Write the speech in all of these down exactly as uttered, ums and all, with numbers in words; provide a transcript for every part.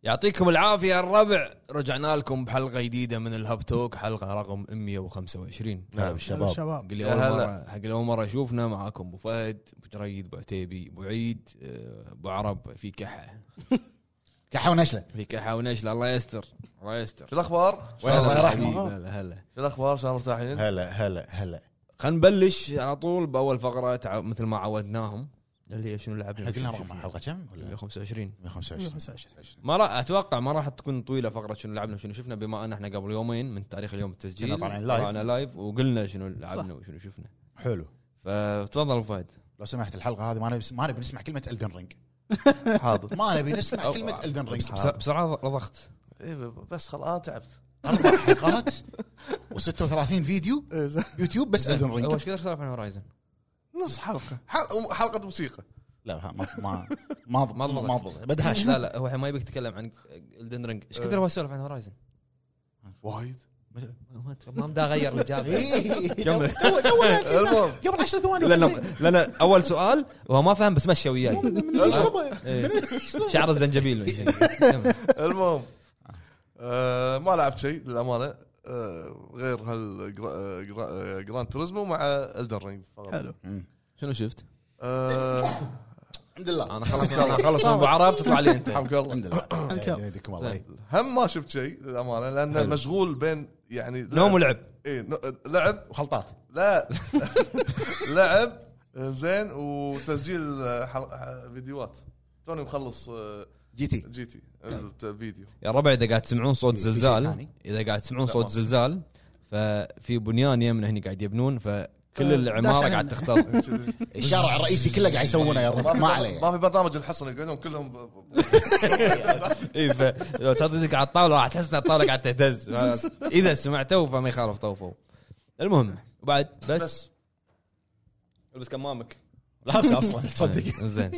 يعطيكم العافية الربع، رجعنا لكم بحلقة جديدة من الهاب توك، حلقة رقم مية وخمسة وعشرين. نعم الشباب قل لي أول مرة حق الأول مرة شوفنا معاكم أبو فهد، أبو جريد، أبو عتيبي، أبو عيد، أبو عرب، في كحة كحة ونشلة في كحة ونشلة. الله يستر الله يستر. في الأخبار الله يرحمه. هلا هلا في الأخبار شلون مرتاحين؟ هلا هلا هلا. خلينا نبلش على طول بأول فقرة مثل ما عودناهم، اللي هي شنو لعبنا. قلنا رقم حلقة كم ولا مية وخمسة وعشرين؟ مية وخمسة وعشرين. ما راح اتوقع ما راح تكون طويله فقره شنو لعبنا وشنو شفنا، بما ان احنا قبل يومين من تاريخ اليوم التسجيل طلعنا لايف. طلعنا لايف وقلنا شنو لعبنا وشنو شفنا. حلو. فتفضل ابو فهد لو سمحت الحلقة هذه ما نبي ما نبي نسمع كلمة إلدن رينج. حاضر. ما نبي نسمع كلمة إلدن رينج. بسرعه رضخت. إيه بس خلاص أنا تعبت. أربع حلقات وستة وثلاثين فيديو يوتيوب بس إلدن رينج. اول شيء كذا سالفه عن هورايزن نص حلقة حلقة, حلقة موسيقى. لا ما ما ما ما ضبط. ما ضبط بدهاش. لا لا هو ما يبيك تتكلم عن الدن رينج. ايش كثر هو سولف عن هورايزن وايد. ما مدا غير الاجابه. كمل. المهم قبل عشر ثواني. لان لان اول سؤال وهو ما فهم بس مشى وياي. شعر الزنجبيل. المهم آه ما لعبت شيء للأمانة آه غير هال جراند توريزمو مع إلدن رينج فقط. حلو. شنو شفت؟ آه الحمد لله. انا خلص انا خلص من ابو عرب تطلع لي انت. الحمد لله. الحمد لله. يديكم الله. هم ما شفت شيء للأمانة لأن مشغول بين يعني نوم ولعب. إيه لعب وخلطات. لا لعب زين وتسجيل فيديوهات. توني مخلص جي تي جي تي الفيديو. يا ربع اذا قاعد تسمعون صوت في شيء زلزال، ثاني؟ اذا قاعد تسمعون لا، صوت ما. زلزال ففي بنيان يمنا هني قاعد يبنون، فكل آه، العماره داخل قاعد عنا. تختار. الشارع الرئيسي كله قاعد يسوونه يا رب. ما عليه. ما في برنامج الحصن يقعدون كلهم ب- ب- اي فلو تحطيك على الطاوله راح تحس ان الطاوله قاعد تهتز. اذا سمعتوا فما يخالف طوفوا. المهم وبعد بس, بس البس كمامك. لابس اصلا تصدق. زين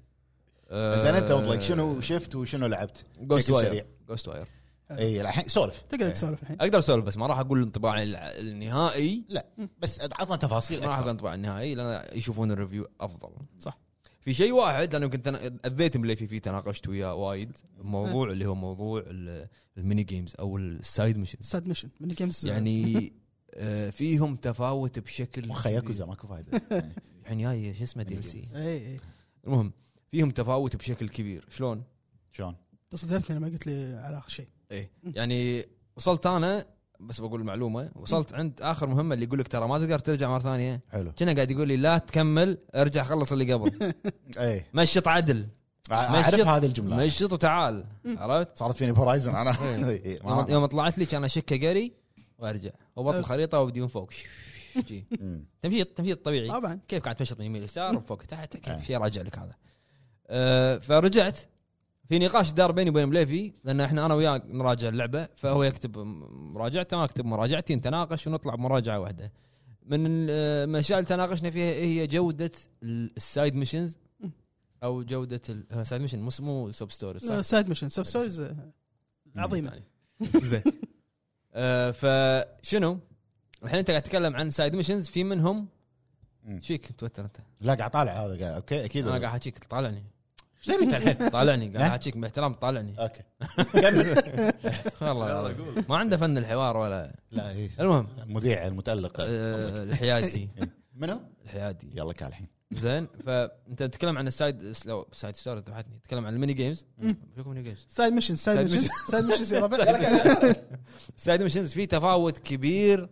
زين انت مطلق شنو شفت وشنو لعبت؟ جوست بشكل واير. سريع. جوست واير اي الحين سولف. تقدر تسولف الحين. اقدر اسولف بس ما راح اقول انطباعي الع- النهائي. لا بس عطنا تفاصيل ما راح اقول اكثر. انطباع النهائي لان يشوفون الريفيو افضل. صح. في شيء واحد لأنه كنت أنا أذيت ملي في فيه تناقشت وياه وايد، موضوع اللي هو موضوع ال- الميني جيمز أو السايد ميشن. ساد ميشن ميني جيمز يعني آه، فيهم تفاوت بشكل مخ ياكوزا ماكو فايده. يعني هاي شو اسمه دي ال سي. اي اي المهم فيهم تفاوت بشكل كبير. شلون؟ شلون؟ تصدمتني لما قلت لي على اخر شيء. إيه يعني وصلت أنا بس بقول المعلومة، وصلت عند آخر مهمة اللي يقول لك ترى ما تقدر ترجع مرة ثانية. حلو. كنا قاعد يقول لي لا تكمل، ارجع خلص اللي قبل. اي مشط عدل اعرف مشط- هذه الجمله. مشط وتعال. عرفت؟ صارت فيني بهورايزن انا. إيه. إيه، ما- يوم يوم طلعت لي كان اشك قري وارجع وبطل الخريطه وابدي من فوق. جي. مم. تمشي تمشي الطبيعي طبعا كيف قاعد تمشط من يمين يسار وفوق تحت آه. كيف شيء راجع لك هذا. أه فرجعت في نقاش دار بيني وبين مليفي لان احنا انا وياه نراجع اللعبه، فهو يكتب مراجعته وانا اكتب مراجعتي، نتناقش ونطلع بمراجعه واحده. من المشاكل اللي تناقشنا فيها هي جوده السايد ميشنز او جوده السايد ميشن مو مو سب ستوريز. سايد ميشن سب ستوريز عظيمه. زين. آه فشنو الحين انت قاعد تتكلم عن سايد ميشنز في منهم. مم. شيك توتر انت. لا قاعد طالع هذا قاعد اوكي اكيد. انا قاعد احكيك طالعني ايش تبي انت الحين؟ طالعني قاعد احكيك باحترام طالعني. اوكي كمل. والله ما عنده فن الحوار ولا. لا إيه. المهم المذيع المتالق آه الحيادي منو؟ الحيادي. يلا كان الحين. زين فانت تتكلم عن السايد لو سايد ستوري تبعتني تتكلم عن الميني جيمز. شوفوا ميني جيمز سايد ميشن سايد سايد ميشن ميشن. سايد ميشن يا ربع. سايد ميشنز في تفاوت كبير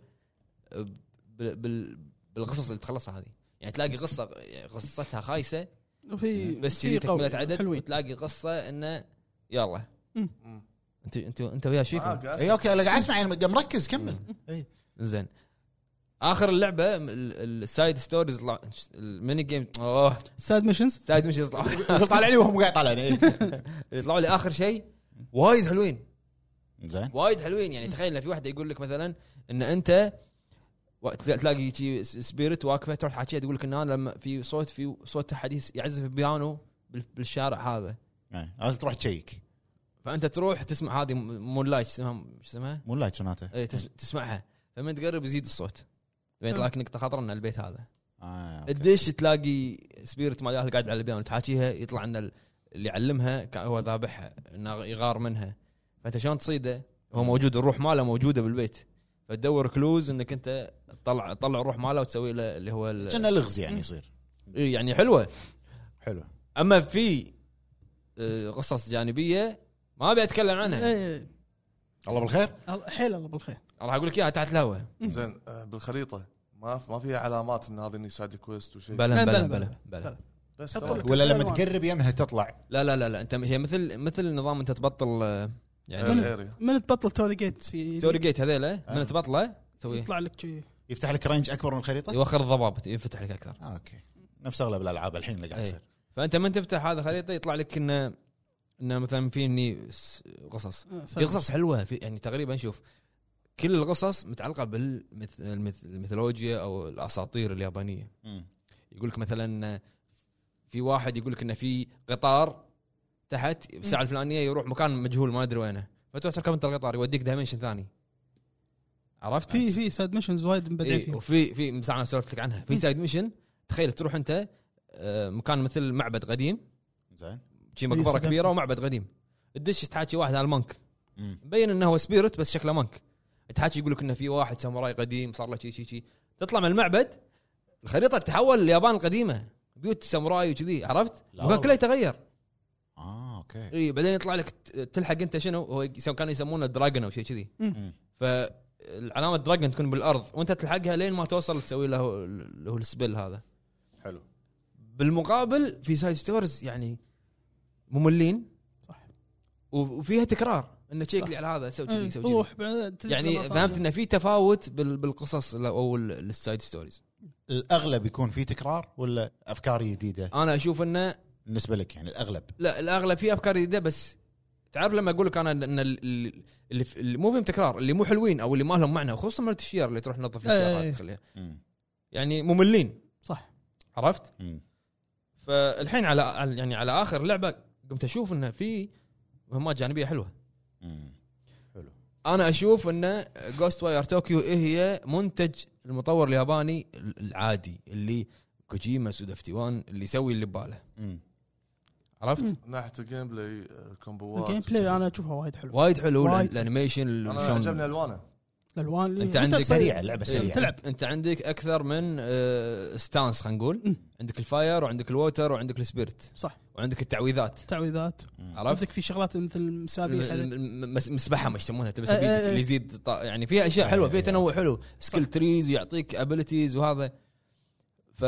بال بال بالقصص اللي تخلصها هذه. يعني تلاقي قصه قصتها خايسه وفي بس في كذي قوي تكمله عدد، حلوين. وتلاقي قصه انه يلا مم. انت انت انت ويا شيكم. اي اوكي انا قاعد اسمع يعني مركز كمل. زين اخر اللعبه ال- السايد ستوريز طلع الميني جيم. اوه سايد ميشنز سايد مش يطلع يقول طالعني وهم قاعد طالعني. يطلعوا لي اخر شيء وايد حلوين زين. وايد حلوين. يعني تخيل لو في واحده يقول لك مثلا ان انت وقت تلاقي شي سبيريت واقفه تروح تحكيها تقول لك ان انا لما في صوت في صوت حديث يعزف البيانو بال- بالشارع هذا، لازم تروح تشيك. فانت تروح تسمع هذه مون لايت اسمها ايش اسمها مو لايت سوناتا. اي تس- تسمعها فمن تقرب يزيد الصوت يطلع لك نقطه خطر ان البيت هذا. آه، أوكي. الدش تلاقي سبيريت مال قاعد على البيانو تحاكيها يطلع ان ال- اللي علمها كان هو ذابحها انه يغار منها، فانت شلون تصيده؟ هو موجود، الروح ماله موجوده بالبيت، فتدور كلوز انك انت تطلع تطلع الروح ماله وتسوي له اللي هو ال... كنا لغز يعني يصير. إيه يعني حلوه. حلو. اما في آه، قصص جانبيه ما ابي اتكلم عنها، إيه، الله بالخير. الله- حيل الله بالخير. راح اقول لك اياها تحت الهواء. زين آه، بالخريطه ما ما فيها علامات ان هذه سايد كويست وشيء بلا بلا- بلا بلا- بلا بلا بلا. بس حط تمام. لك. ولا لما ألوان. تقرب يمها تطلع. لا لا لا لا انت هي مثل مثل نظام انت تبطل آه، يعني الاريا من تبطل توري جيت ي- توري جيت هذيله آه. من تبطله تسوي يطلع لك شيء. يفتح لك رينج اكبر من الخريطه. يوخر الضباب يفتح لك اكثر. آه، اوكي. نفس اغلب الالعاب الحين اللي قاعد أي. يصير. فانت من تفتح هذا خريطه يطلع لك انه انه مثلا في إني س- قصص في قصص حلوه في يعني تقريبا شوف كل القصص متعلقه بالميثولوجيا او الاساطير اليابانيه. مم. يقول لك مثلا في واحد يقول لك انه في قطار تحت بالساعه الفلانيه يروح مكان مجهول ما ادري وينه، فتروح تركب انت القطار يوديك دايمنشن ثاني. عرفت؟ في في سايد ميشنز وايد مبدعين إيه فيهم. وفي في مساعة انا سولفت لك عنها في سايد ميشن. تخيل تروح انت آه، مكان مثل معبد قديم، زين. شي مقبره صدق. كبيره ومعبد قديم، تدش تحاكي واحد على المنك مم. مبين انه هو سبيرت بس شكله منك، تحاكي يقول لك انه في واحد ساموراي قديم صار له شيء شيء شيء، تطلع من المعبد الخريطه تتحول لليابان القديمه، بيوت ساموراي وكذي. عرفت؟ لا المكان والله. كله يتغير. اه اوكي. اي بعدين يطلع لك ت- تلحق انت شنو هو يسم- كانوا يسمونه دراجون او شيء كذي، مم. فالعلامه دراجون تكون بالارض وانت تلحقها لين ما توصل تسوي له اللي هو السبيل هذا. حلو. بالمقابل في سايد ستورز يعني مملين صح. وفيها تكرار انه تشيك صح. لي على هذا سوي إيه، كذي سوي كذي. روح بعد تنزل يعني مرة فهمت ثانية. انه في تفاوت بال- بالقصص ال- او ال- السايد ستوريز. الاغلب يكون في تكرار ولا افكار جديده انا اشوف انه بالنسبه لك يعني الاغلب؟ لا الاغلب في افكار جديده، بس تعرف لما اقول لك انا ان ال- ال- اللي, في- اللي مو فيهم تكرار اللي مو حلوين او اللي ما لهم معنى، خصوصا مالت الشيار اللي تروح تنظف إيه. الشيارات تخليها مم. يعني مملين. صح. عرفت؟ مم. فالحين على على- يعني على اخر لعبه قمت اشوف انه في مهمات جانبيه حلوه. مم. انا اشوف ان جوست واير طوكيو إيه هي منتج المطور الياباني العادي اللي كوجيما سودفتيوان اللي يسوي اللي بباله. مم. عرفت؟ مم. من ناحيه الجيم بلاي الكومبوات الجيم بلاي انا اشوفها وايد حلو. وايد حلو وايد. الانيميشن انا شلون- عجبني الوانه. الالوان اللي أنت حتى عندك تصير- سريعه اللعبه إيه، سريعه. تلعب. انت عندك اكثر من آه، ستانس خلينا نقول. مم. عندك الفاير وعندك الووتر وعندك السبيرت صح. وعندك التعويذات. تعويذات. مم. عرفت؟ عندك في شغلات مثل مسابيح الم- الم- مس- مسبحه ما يسمونها تبي إيه، إيه، سبيدك إيه. اللي يزيد ط- يعني فيها اشياء حلوه فيها تنوع حلو سكيل تريز ويعطيك ابيلتيز وهذا. ف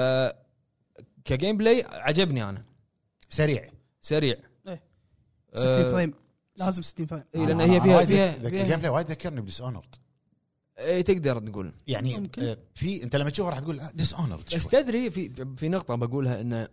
كجيم بلاي عجبني انا سريع. سريع. إيه. آه، ستين فريم لازم ستين فريم. إيه، لأن أنا- هي أنا فيها- وايد فيها- ذك- فيها- الجيم بلاي وايد ذكرني بديس اونرد. ايه تقدر تقول. يعني ممكن. آه، في انت لما تشوفه راح تقول ديس اونرد. بس تدري في في نقطه بقولها انه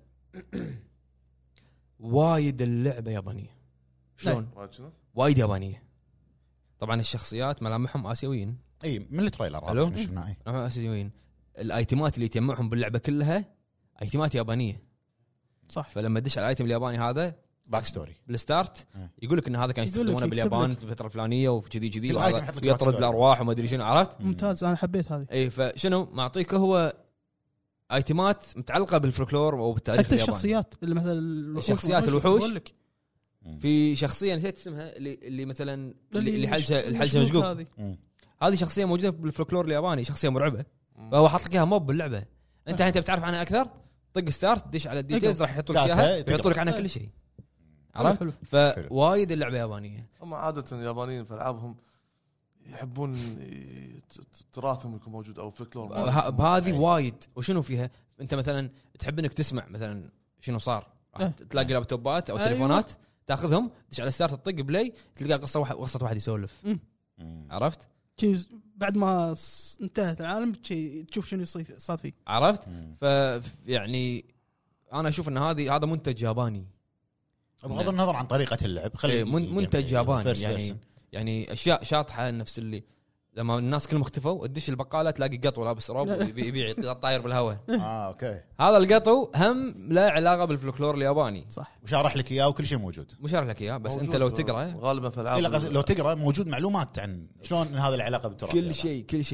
وايد اللعبه يابانيه. شلون؟ وايد شنو؟ وايد يابانيه. طبعا الشخصيات ملامحهم اسيويين. اي من التريلر ألو؟ هذا احنا شفناه. إي. ملامحهم اسيويين. الايتمات اللي تجمعهم باللعبه كلها ايتمات يابانيه. صح. فلما تدش على الايتم الياباني هذا باك ستوري. بالستارت أه. يقول لك ان هذا كان يقول لك يستخدمونه يكتب باليابان لك. في الفتره الفلانيه وكذي كذي كل وهذا آيتم يحط لك يطرد باك ستوري. الارواح وما ادري شنو. عرفت؟ ممتاز انا حبيت هذه. اي فشنو معطيك هو ايتمات متعلقه بالفلكلور او بالتاريخ حتى الياباني. الشخصيات اللي مثلا الوحوش شخصيات والوحوش الوحوش. يقول لك مم. في شخصيه نسيت اسمها اللي اللي مثلا اللي, اللي حلجه الحلجه مشقوق مشقوق. هذه. مم. هذه شخصيه موجوده بالفلكلور الياباني شخصيه مرعبه فهو حاط لك اياها موب باللعبه. انت الحين انت بتعرف عنها اكثر طق ستارت دش على الديتيلز راح يحطوا لك داتا، اياها تقرأ. يحطوا لك عنها كل شيء. عرفت؟ حلو. فوايد اللعبه يابانيه. هم عاده اليابانيين في العابهم يحبون ي- ت- تراثهم يكون موجود او فلكلور. بها- بهذه وايد. وشنو فيها؟ انت مثلا تحب انك تسمع مثلا شنو صار راح أه. تلاقي لابتوبات او أيوة. تليفونات تاخذهم تدش على ستارت تطق بلاي تلقى قصه واحد قصه واحد يسولف. مم. عرفت؟ شي بعد ما ص- انتهت العالم شي تشوف شنو يصير صار فيه. عرفت؟ مم. ف يعني انا اشوف ان هذه هذا منتج ياباني. بغض النظر عن طريقه اللعب خلي إيه، من- منتج ياباني First يعني person. يعني اشياء شاطحه نفس اللي لما الناس كلهم اختفوا تدش البقاله تلاقي قطو لابس روب ويبيع يبيع يطير طاير بالهواء. اه اوكي. هذا القطو هم له علاقه بالفلكلور الياباني. صح. وشارح لك اياه وكل شيء موجود. مش عارف لك اياه بس موجود انت لو تقرا غالبا في إيه، لا، العاب قصدي لو تقرا موجود معلومات عن شلون هذا العلاقه بالتراث. كل شيء كل شيء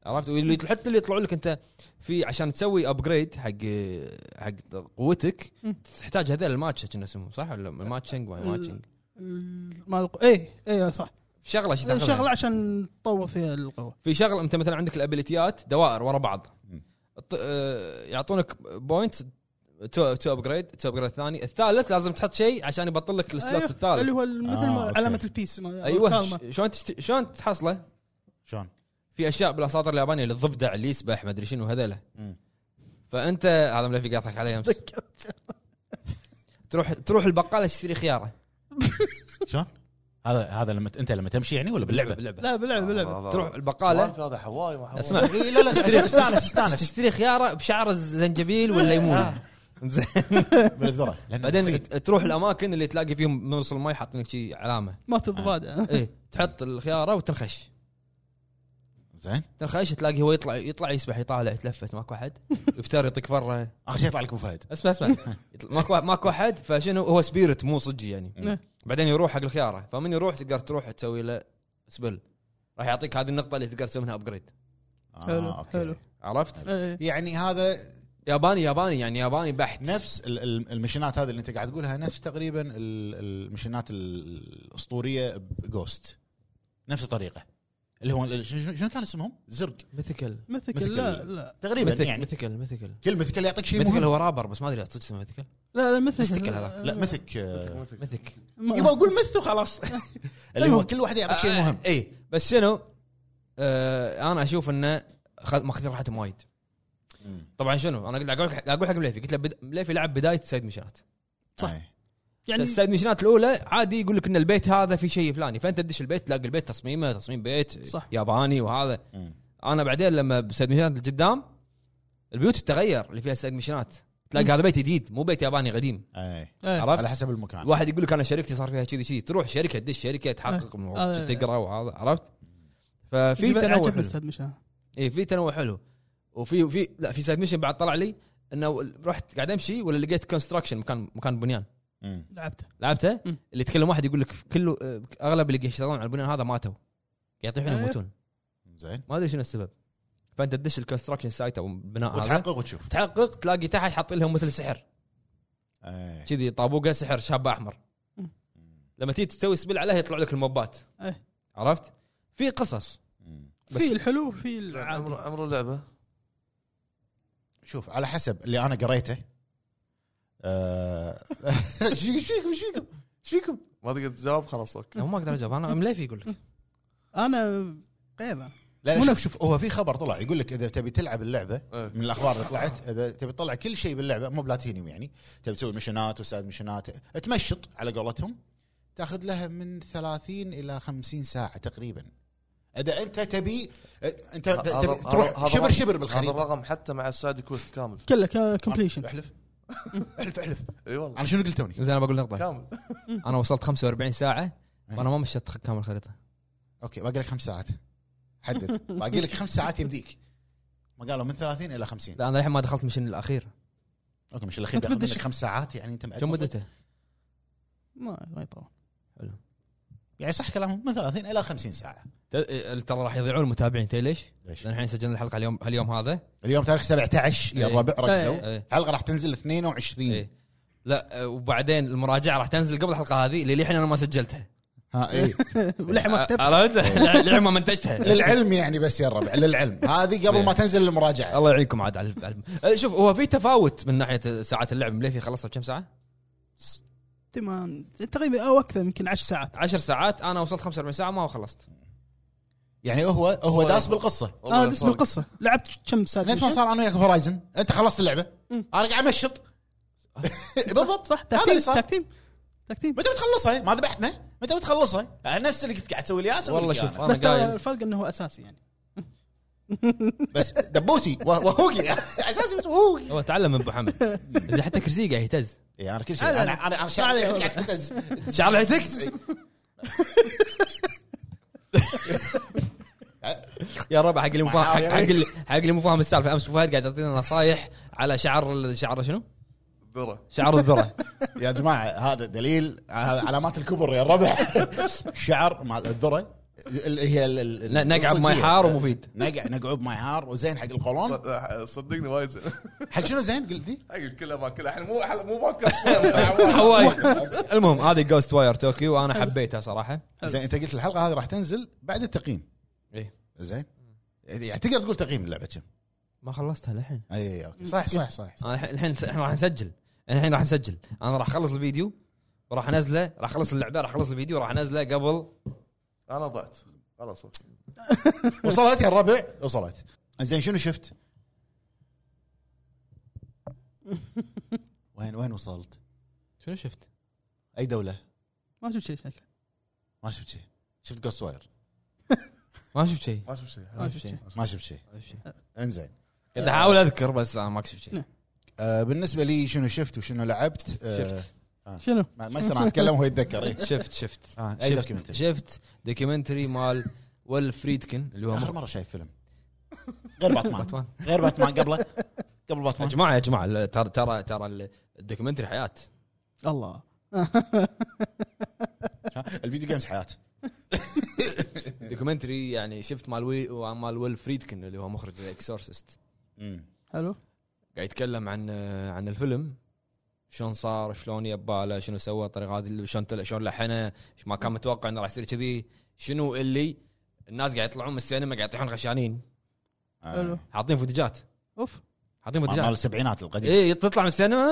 عرفت. واللي حتى اللي يطلعوا لك انت في عشان تسوي ابجريد حق حق قوتك تحتاج هذول الماتش كنا اسمه صح ولا الماتشنج ولا ماتشنج مال ايه ايه صح شغله شيء شغله عشان تطور فيها القوه. في شغله انت مثلا عندك الابيليتيات دوائر ورا بعض يعطونك بوينتس تو تو ابجريد تو ابجريد ثاني الثالث لازم تحط شيء عشان يبطل لك السلوت أيوه. الثالث اللي هو مثل آه، علامه البيس. ايوه شلون تشت... شلون تحصله شلون في اشياء بالاساطير اليابانيه اللي الضفدع اللي يسبح ما ادري شنو هذيله فانت هذا ملفي قاطعك عليه امس تروح تروح البقاله تشتري خياره شلون هذا هذا لما انت لما تمشي يعني ولا باللعبه باللعبه لا باللعبه باللعبه تروح البقاله هذا حواي ما حواي اسمع إيه لا لا استانس استانس تشتري خياره بشعر الزنجبيل والليمون زين بالذره بعدين تروح الاماكن اللي تلاقي فيهم من وصل الماء حاطين لك شيء علامه ما تضباده ايه تحط الخياره وتنخش زين تنخش تلاقي هو يطلع يطلع يسبح يطالع يتلفت ماكو احد يفتر يطق فره اخر شيء يطلع لك ابو فهد اسمع اسمع ماكو ماكو احد فشنو هو سبيرت مو صجي يعني إيه. بعدين يروح حق الخياره فمن يروح تقدر تروح تسوي له سبل راح يعطيك هذه النقطه اللي تقدر تسوي منها ابجريد حلو آه، أوكي. حلو عرفت إيه. يعني هذا ياباني ياباني يعني ياباني بحت نفس ال- ال- المشينات هذه اللي انت قاعد تقولها نفس تقريبا ال- المشينات الاسطوريه بجوست نفس الطريقه اللي هو ال- شنو شنو كان اسمهم زرق مثكل مثل لا لا تقريبا مثل يعني مثكل مثكل كل مثل يعطيك شيء مثكل مهم هو رابر بس ما ادري صدق اسمه مثكل لا لا مثل مستكل هذاك. لا مثك آه، مثك ما- يبغى اقول مث وخلاص اللي هو كل واحد يعطيك شيء مهم اي إيه. بس شنو آه انا اشوف انه خذ ماخذ راحتهم وايد مم. طبعا شنو انا قلت اقول لك اقول حق مليفي قلت له بد... مليفي لعب بدايه سايد ميشنات صح. أي. يعني السايد ميشنات الاولى عادي يقول لك ان البيت هذا في شيء فلاني فانت تدش البيت تلاقي البيت تصميمه تصميم بيت صح. ياباني وهذا مم. انا بعدين لما بسايد ميشنات القدام البيوت تتغير اللي فيها سايد ميشنات تلاقي هذا بيت جديد مو بيت ياباني قديم أي. إيه. عرفت على حسب المكان واحد يقول لك انا شركتي صار فيها كذي كذي تروح شركه تدش شركه تحقق آه. تقرا وهذا عرفت ففي عجب- تنوع عجبني حلو. الساد مشان اي في تنوع حلو وفي في لا في سايد ميشن بعد طلع لي انه رحت قاعد امشي ولا لقيت كونستراكشن مكان مكان بنيان مم. لعبته لعبته مم. اللي يتكلم واحد يقول لك كله اغلب اللي يشتغلون على البنيان هذا ماتوا يطيحون أيوه. يموتون زين ما ادري شنو السبب فانت تدش الكونستراكشن سايت او البناء هذا وتحقق وتشوف تحقق تلاقي تحت حاط لهم مثل سحر أي. كذي طابوقه سحر شاب احمر لما تيجي تسوي سبيل عليه يطلع لك الموبات إيه. عرفت في قصص مم. بس- في الحلو وفي عمر العادي. عمر اللعبه شوف على حسب اللي انا قريته آه، ايش فيكم ايش فيكم ايش فيكم ما تقدر تجاوب خلاص اوكي هو ما اقدر اجاوب انا مليفي يقول لك انا قيمه لا مو لا شوف نفس- شوف هو في خبر طلع يقول لك اذا تبي تلعب اللعبه إيه. من الاخبار اللي طلعت اذا تبي تطلع كل شيء باللعبه مو بلاتينيوم يعني تبي تسوي مشنات وسايد مشنات تمشط على قولتهم تاخذ لها من ثلاثين الى خمسين ساعه تقريبا اذا انت تبي انت هذا- تبي هذا- تروح هذا شبر رقم- شبر هذا بالخريطه الرقم حتى مع السايد كويست كامل كله كومبليشن. احلف احلف احلف اي والله انا شنو قلت توني زين انا بقول نقطه كامل انا وصلت خمسة وأربعين ساعه وانا ما مشيت كامل الخريطه اوكي باقي لك خمس ساعات حدد باقي لك خمس ساعات يمديك ما قالوا من ثلاثين الى خمسين لا انا الحين ما دخلت مشن الاخير اوكي مش الاخير أنت بياخذ بدش- منك خمس ساعات يعني انت كم مدته؟ ما ما يطول. يعني صح كلامهم من ثلاثين الى خمسين ساعه ت- ترى راح يضيعون المتابعين تدري ليش؟ ليش؟ لان الحين سجلنا الحلقه اليوم هاليوم هذا اليوم تاريخ سبعة عشر يا إيه. الربع ركزوا إيه. الحلقه راح تنزل اثنين وعشرين إيه. لا وبعدين المراجعه راح تنزل قبل الحلقه هذه اللي للحين انا ما سجلتها ها ايه ولحين ما كتبت عرفت؟ للحين ما منتجتها للعلم يعني بس يا الربع للعلم هذه قبل ما تنزل المراجعه الله يعينكم عاد على العلم. أه، شوف هو في تفاوت من ناحيه ساعات اللعب مليفي خلصها بكم ساعه؟ تمام تقريبا او اكثر يمكن عشر ساعات. عشر ساعات انا وصلت خمسة وأربعين ساعه ما خلصت يعني هو هو داس بالقصه اه اسم القصه لعبت كم ساعه نفس ما صار انا وياك هورايزن انت خلصت اللعبه انا قاعد امشط بالضبط صح هذا تكتيم اللي صار. تكتيم تكتيم متى بتخلصها ما ذبحتنا متى بتخلصها نفس اللي كنت قاعد تسوي لي اسوي والله لك شوف أنا. انا بس ترى قايل الفرق انه هو اساسي يعني. بس دبوسي وهوقي اساسي بس وهوقي هو تعلم من ابو حمد زي حتى كرسي قاعد يهتز اي انا كل شيء لا، لا، انا لا. انا انا شعري لا، لا. قاعد تهتز شعر لحيتك يا ربع حق اللي مو فاهم حق حق اللي حق اللي مو فاهم السالفه امس فهد قاعد يعطينا نصايح على شعر شعر شنو؟ ذره شعر الذره يا جماعه هذا دليل على علامات الكبر يا الربع الشعر مال الذره اللي هي ال- ال- ن- نقعد الصجية. ماي حار ومفيد. نقعد نقعد ماي حار وزين حق القولون. صد- صدقني وايد زين. حق شنو زين قلتي؟ حق كله ما كله احنا مو مو بودكاست. حواي. المهم هذه جوست واير طوكيو وانا حبيتها صراحه. زين انت قلت الحلقه هذه راح تنزل بعد التقييم. ايه زين يعني تقدر تقول تقييم اللعبه كم؟ ما خلصتها الحين. اي اوكي صح صح صح, صح. انا الحين الحين احنا راح نسجل الحين راح نسجل انا راح اخلص الفيديو وراح انزله راح اخلص اللعبه راح اخلص الفيديو راح انزله قبل. انا ضعت خلاص. وصلت يا الربع وصلت. زين شنو شفت؟ وين وين وصلت؟ شنو شفت؟ اي دوله؟ ما شفت شيء شكله. ما شفت شيء. شفت جوست واير؟ ما شفت شيء. ما شفت شيء. ما شفت شيء. ما شفت شيء. ما شفت شيء. انزين قاعد احاول اذكر بس انا ما شفت شيء. آه بالنسبه لي شنو شفت وشنو لعبت؟ آه شفت. شنو؟ ما ما يصير أنا اتكلم وهو يتذكر. إيه. شفت شفت آه اي شفت دوكيومنتري. شفت دوكيومنتري مال ويل فريدكن اللي هو اخر مره شايف فيلم غير باتمان. باتمان. غير باتمان قبله قبل يا باتمان. جماعه يا جماعه ترى ترى ترى الدوكيومنتري حياه. الله. الفيديو جيمز حياه. دوكيومنتري يعني شفت مال وي مال ويل فريدكن اللي هو مخرج اكسورسيست. امم حلو. قاعد يتكلم عن عن الفيلم شلون صار شلون يباله شنو سوى الطريقه هذه شلون شلون لحنه ما كان متوقع انه راح يصير كذي شنو اللي الناس قاعد يطلعون من السينما قاعد يطيحون خشانين حلو. حاطين فوتجات اوف. حاطين مال فوتجات السبعينات القديم. ايه تطلع من السينما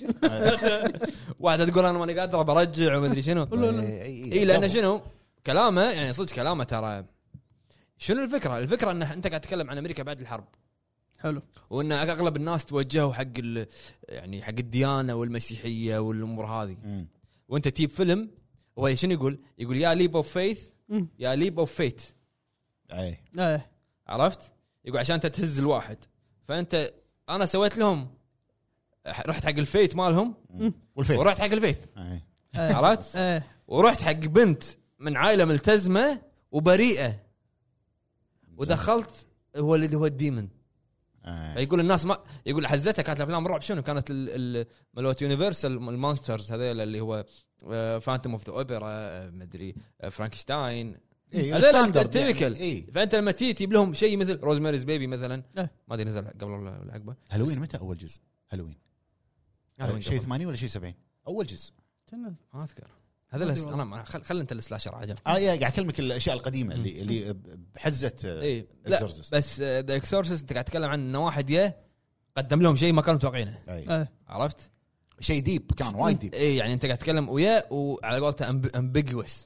واحده تقول انا ماني قادر برجع وما ادري شنو اي لانه شنو كلامه يعني صدق كلامه ترى شنو الفكره الفكره انه انت قاعد تتكلم عن امريكا بعد الحرب حلو. وان اغلب الناس توجهوا حق يعني حق الديانه والمسيحيه والامور هذه مم. وانت تجيب فيلم هو شنو يقول يقول يا ليب اوف فيث يا ليب اوف فيت اي ايه. عرفت يقول عشان انت تهز الواحد فانت انا سويت لهم رحت حق الفيت مالهم والفيث ورحت حق الفيث اي عرفت ايه. ورحت حق بنت من عائله ملتزمه وبريئه ودخلت هو اللي هو الديمن. اي يقول الناس ما يقول حزتها كانت الافلام الرعب شنو كانت مالوت يونيفرسال المونسترز هذول اللي هو فانتوم اوف ذا اوبرا ما ادري فرانكشتاين اي هذول تيبيكال. اي فانت لما تيجي تجيب لهم شيء مثل روزماريز بيبي مثلا إيه. ما ادري نزل قبل العقبه هالوين متى اول جزء؟ هالوين شيء ثمانين ولا شيء سبعين اول جزء؟ كنا ما اذكر هذا الس... انا ما خل... خل انت السلاشر على جنب. اه يا قاعد اكلمك الاشياء القديمه اللي اللي بحزه اي لا Exorcist. بس ذا اكسورسيست انت قاعد تتكلم عن انه واحد يه قدم لهم شيء ما كانوا متوقعينه اي ايه. عرفت شيء ديب كان وايد ديب. اي يعني انت قاعد تتكلم وياه وعلى قولته امبيجوس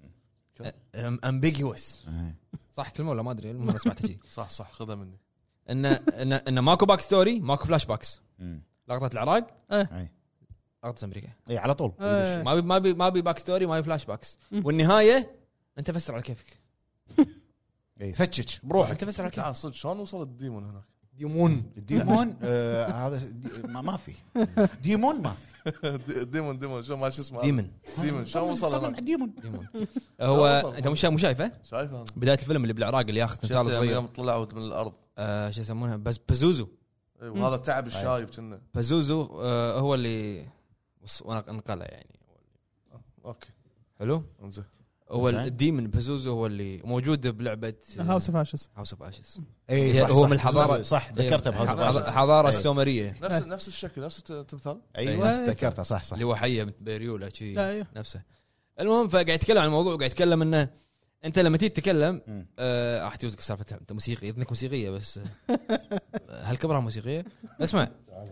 امبيجوس إيه. صح كلمه ولا ما ادري المهم انا سمعت شيء صح صح خذها مني. انه انه انه ماكو باك ستوري ماكو فلاش باكس مم. لقطه العراق اي لقطه امريكا اي على طول إيه. ما بي ما بي ما بي باك ستوري ما بي فلاش باكس والنهايه انت فسر على كيفك اي فتشك بروحك. انت فسر على كيفك تعال صدق شلون وصل الديمون هناك؟ ديمون ديمون آه هذا دي ما, ما في ديمون ما في ديمون ديمون شو ما شو اسمه ديمن ديمون شلون وصل هناك؟ ديمون ديمون هو وصل. انت مش شايف مو شايفه شايفه انا بدايه الفيلم اللي بالعراق اللي ياخذ تمثال شفته صغير يوم طلعوا من الارض. آه شو يسمونها بس بزوزو إيه، وهذا تعب الشايب كنا. بزوزو آه هو اللي وص- وانا انقله يعني اوكي حلو انزين. هو زين. الديمن بزوزو هو اللي موجود بلعبه هاوس اوف اشز. هاوس اوف اشز اي هو صح من الحضارة- صح ذكرتها بهذا الحضاره إيه. السومريه نفس نفس الشكل نفس التمثال. ايوه إيه. ذكرتها صح صح اللي هو حيه بيريولا شيء ايوه. نفسه. المهم فقاعد يتكلم عن الموضوع وقاعد يتكلم انه انت لما تيجي تتكلم مم. آه، راح توزك سالفه انت موسيقي اذنك موسيقيه بس آه، هل كبرها موسيقيه اسمع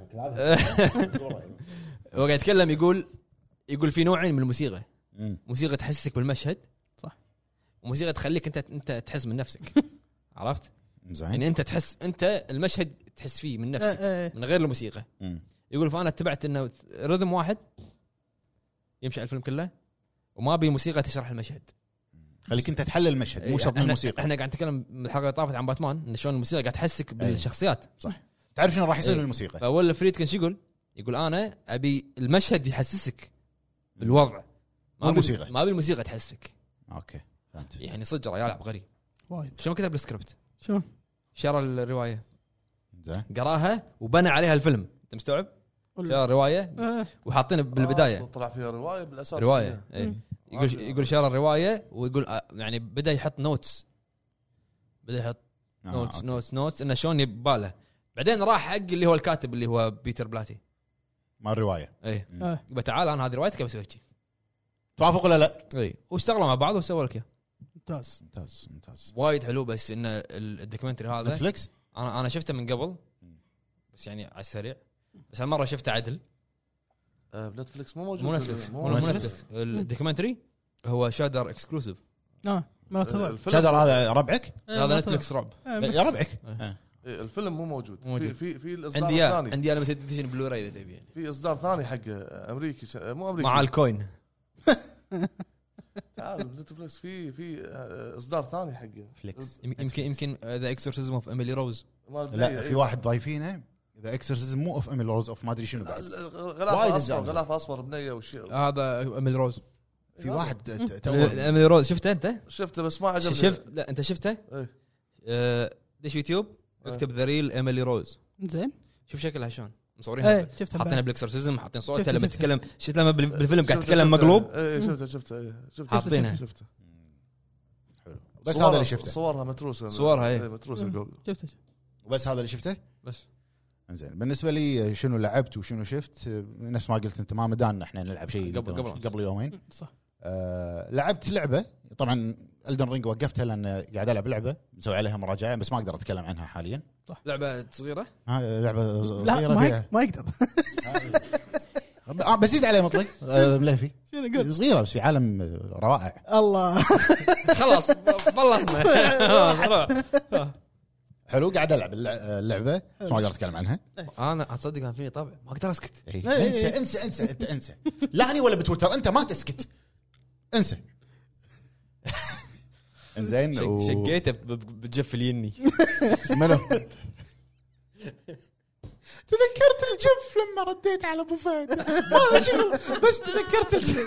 هو قاعد يتكلم يقول يقول في نوعين من الموسيقى مم. موسيقى تحسسك بالمشهد صح. وموسيقى تخليك انت انت تحس من نفسك عرفت زين يعني انت تحس انت المشهد تحس فيه من نفسك ايه. من غير الموسيقى. مم. يقول فانا اتبعت انه رذم واحد يمشي على الفيلم كله وما بي موسيقى تشرح المشهد. خليك انت تحلل المشهد مو شرط احنا, الموسيقى. احنا قاعد نتكلم من الحلقه اللي طافت عن باتمان ان شلون الموسيقى قاعد تحسك بالشخصيات. صح تعرف شنو راح يصير إيه. بالموسيقى. فاول فريد كان شو يقول يقول انا ابي المشهد يحسسك بالوضع مو ما الموسيقى. بال- ما بالموسيقى تحسك اوكي فهمت. يعني صدق ريال عبقري. وايد. شلون كتب السكريبت شلون؟ شرى الروايه زين قراها وبنى عليها الفيلم انت مستوعب؟ شرى الروايه ايه. وحاطينه بالبدايه آه، طلع فيها روايه بالاساس. روايه ايه يقول يقول شرى الروايه ويقول آه، يعني بدا يحط نوتس بدا يحط آه، نوتس أوكي. نوتس نوتس انه شلون يباله. بعدين راح حق اللي هو الكاتب اللي هو بيتر بلاتي. مال الروايه ايه آه. يبقى تعال انا هذه روايتك بسوي شيء. توافق ولا لا؟ اي واشتغلوا مع بعض وسووا لك اياه. ممتاز. ممتاز ممتاز. وايد حلو. بس ان الدوكيومنتري هذا نتفلكس انا انا شفته من قبل بس يعني على السريع. بس هالمره شفته عدل آه، بنتفلكس مو موجود. مو نتفلكس مو مو موجود. نتفلكس. الدوكيومنتري هو شادر اكسكلوسيف. اه ما تضر الفيلم- شادر هذا ربعك هذا نتفلكس رعب. يا ربعك إيه. إيه، الفيلم مو موجود. موجود. في في في الاصدار عندي إياه. الثاني. عندي انا متدشن بلوراي اذا تبي يعني في اصدار ثاني حق امريكي ش- مو امريكي مع الكوين. تعال نتفلكس في في آه، اصدار ثاني حقه فليكس يمكن يمكن ذا اكسورسيزم اوف ايميلي روز. مال لا بلاي. في واحد ضايفينه ذا اكسرسيزم مو اوف اميل روز اوف ما ادري شنو بعد. غلاف وايد اصفر أجزاء. غلاف اصفر بنيه وشيء هذا ايميلي روز. في واحد ت- تو ايميلي روز شفته انت؟ شفته بس ما عجبني. شفت لا انت شفته؟ إيه. آه، دش يوتيوب اكتب ذا ريل ايميلي روز زين. شوف شكلها شلون مصورينها. ايه شفتها حاطينها بعد. بالاكسورسيزم حاطين شفته- صوتها لما شفته. تتكلم. شفت لما بال- بالفيلم قاعد شفته- تتكلم شفته. مقلوب. ايه شفته شفته ايه شفته حاطينها. شفته بس صورها- هذا اللي شفته صورها متروسه صورها، إيه. متروسه مم. جوجل. شفته. بس هذا اللي شفته. بس زين بالنسبه لي شنو لعبت وشنو شفت نفس ما قلت انت ما مدانا احنا نلعب شيء قبل- قبل أمس. قبل يومين. صح. آه لعبت لعبه طبعا الدن رينج وقفتها لان قاعد العب لعبه مسوي عليها مراجعه بس ما اقدر اتكلم عنها حاليا. لعبه صغيره. ها لعبه لا صغيره ما فيها يق- ما يقدر. آه بزيد عليه مطلق آه مليفي شنو قلت؟ صغيره بس في عالم روائع. الله. خلاص خلصنا. حلو قاعد العب اللع- اللعبه بس ما اقدر اتكلم عنها. انا اتصدق كان فيني طبع ما اقدر اسكت. إيه. إيه. انسى انسى انسى انت انسى لا هني ولا بتويتر انت ما تسكت انسى. انزين و... شقيته ب- ب- بجف اليني. منو؟ تذكرت الجف لما رديت على ابو فهد ما له شغل بس تذكرت الجف.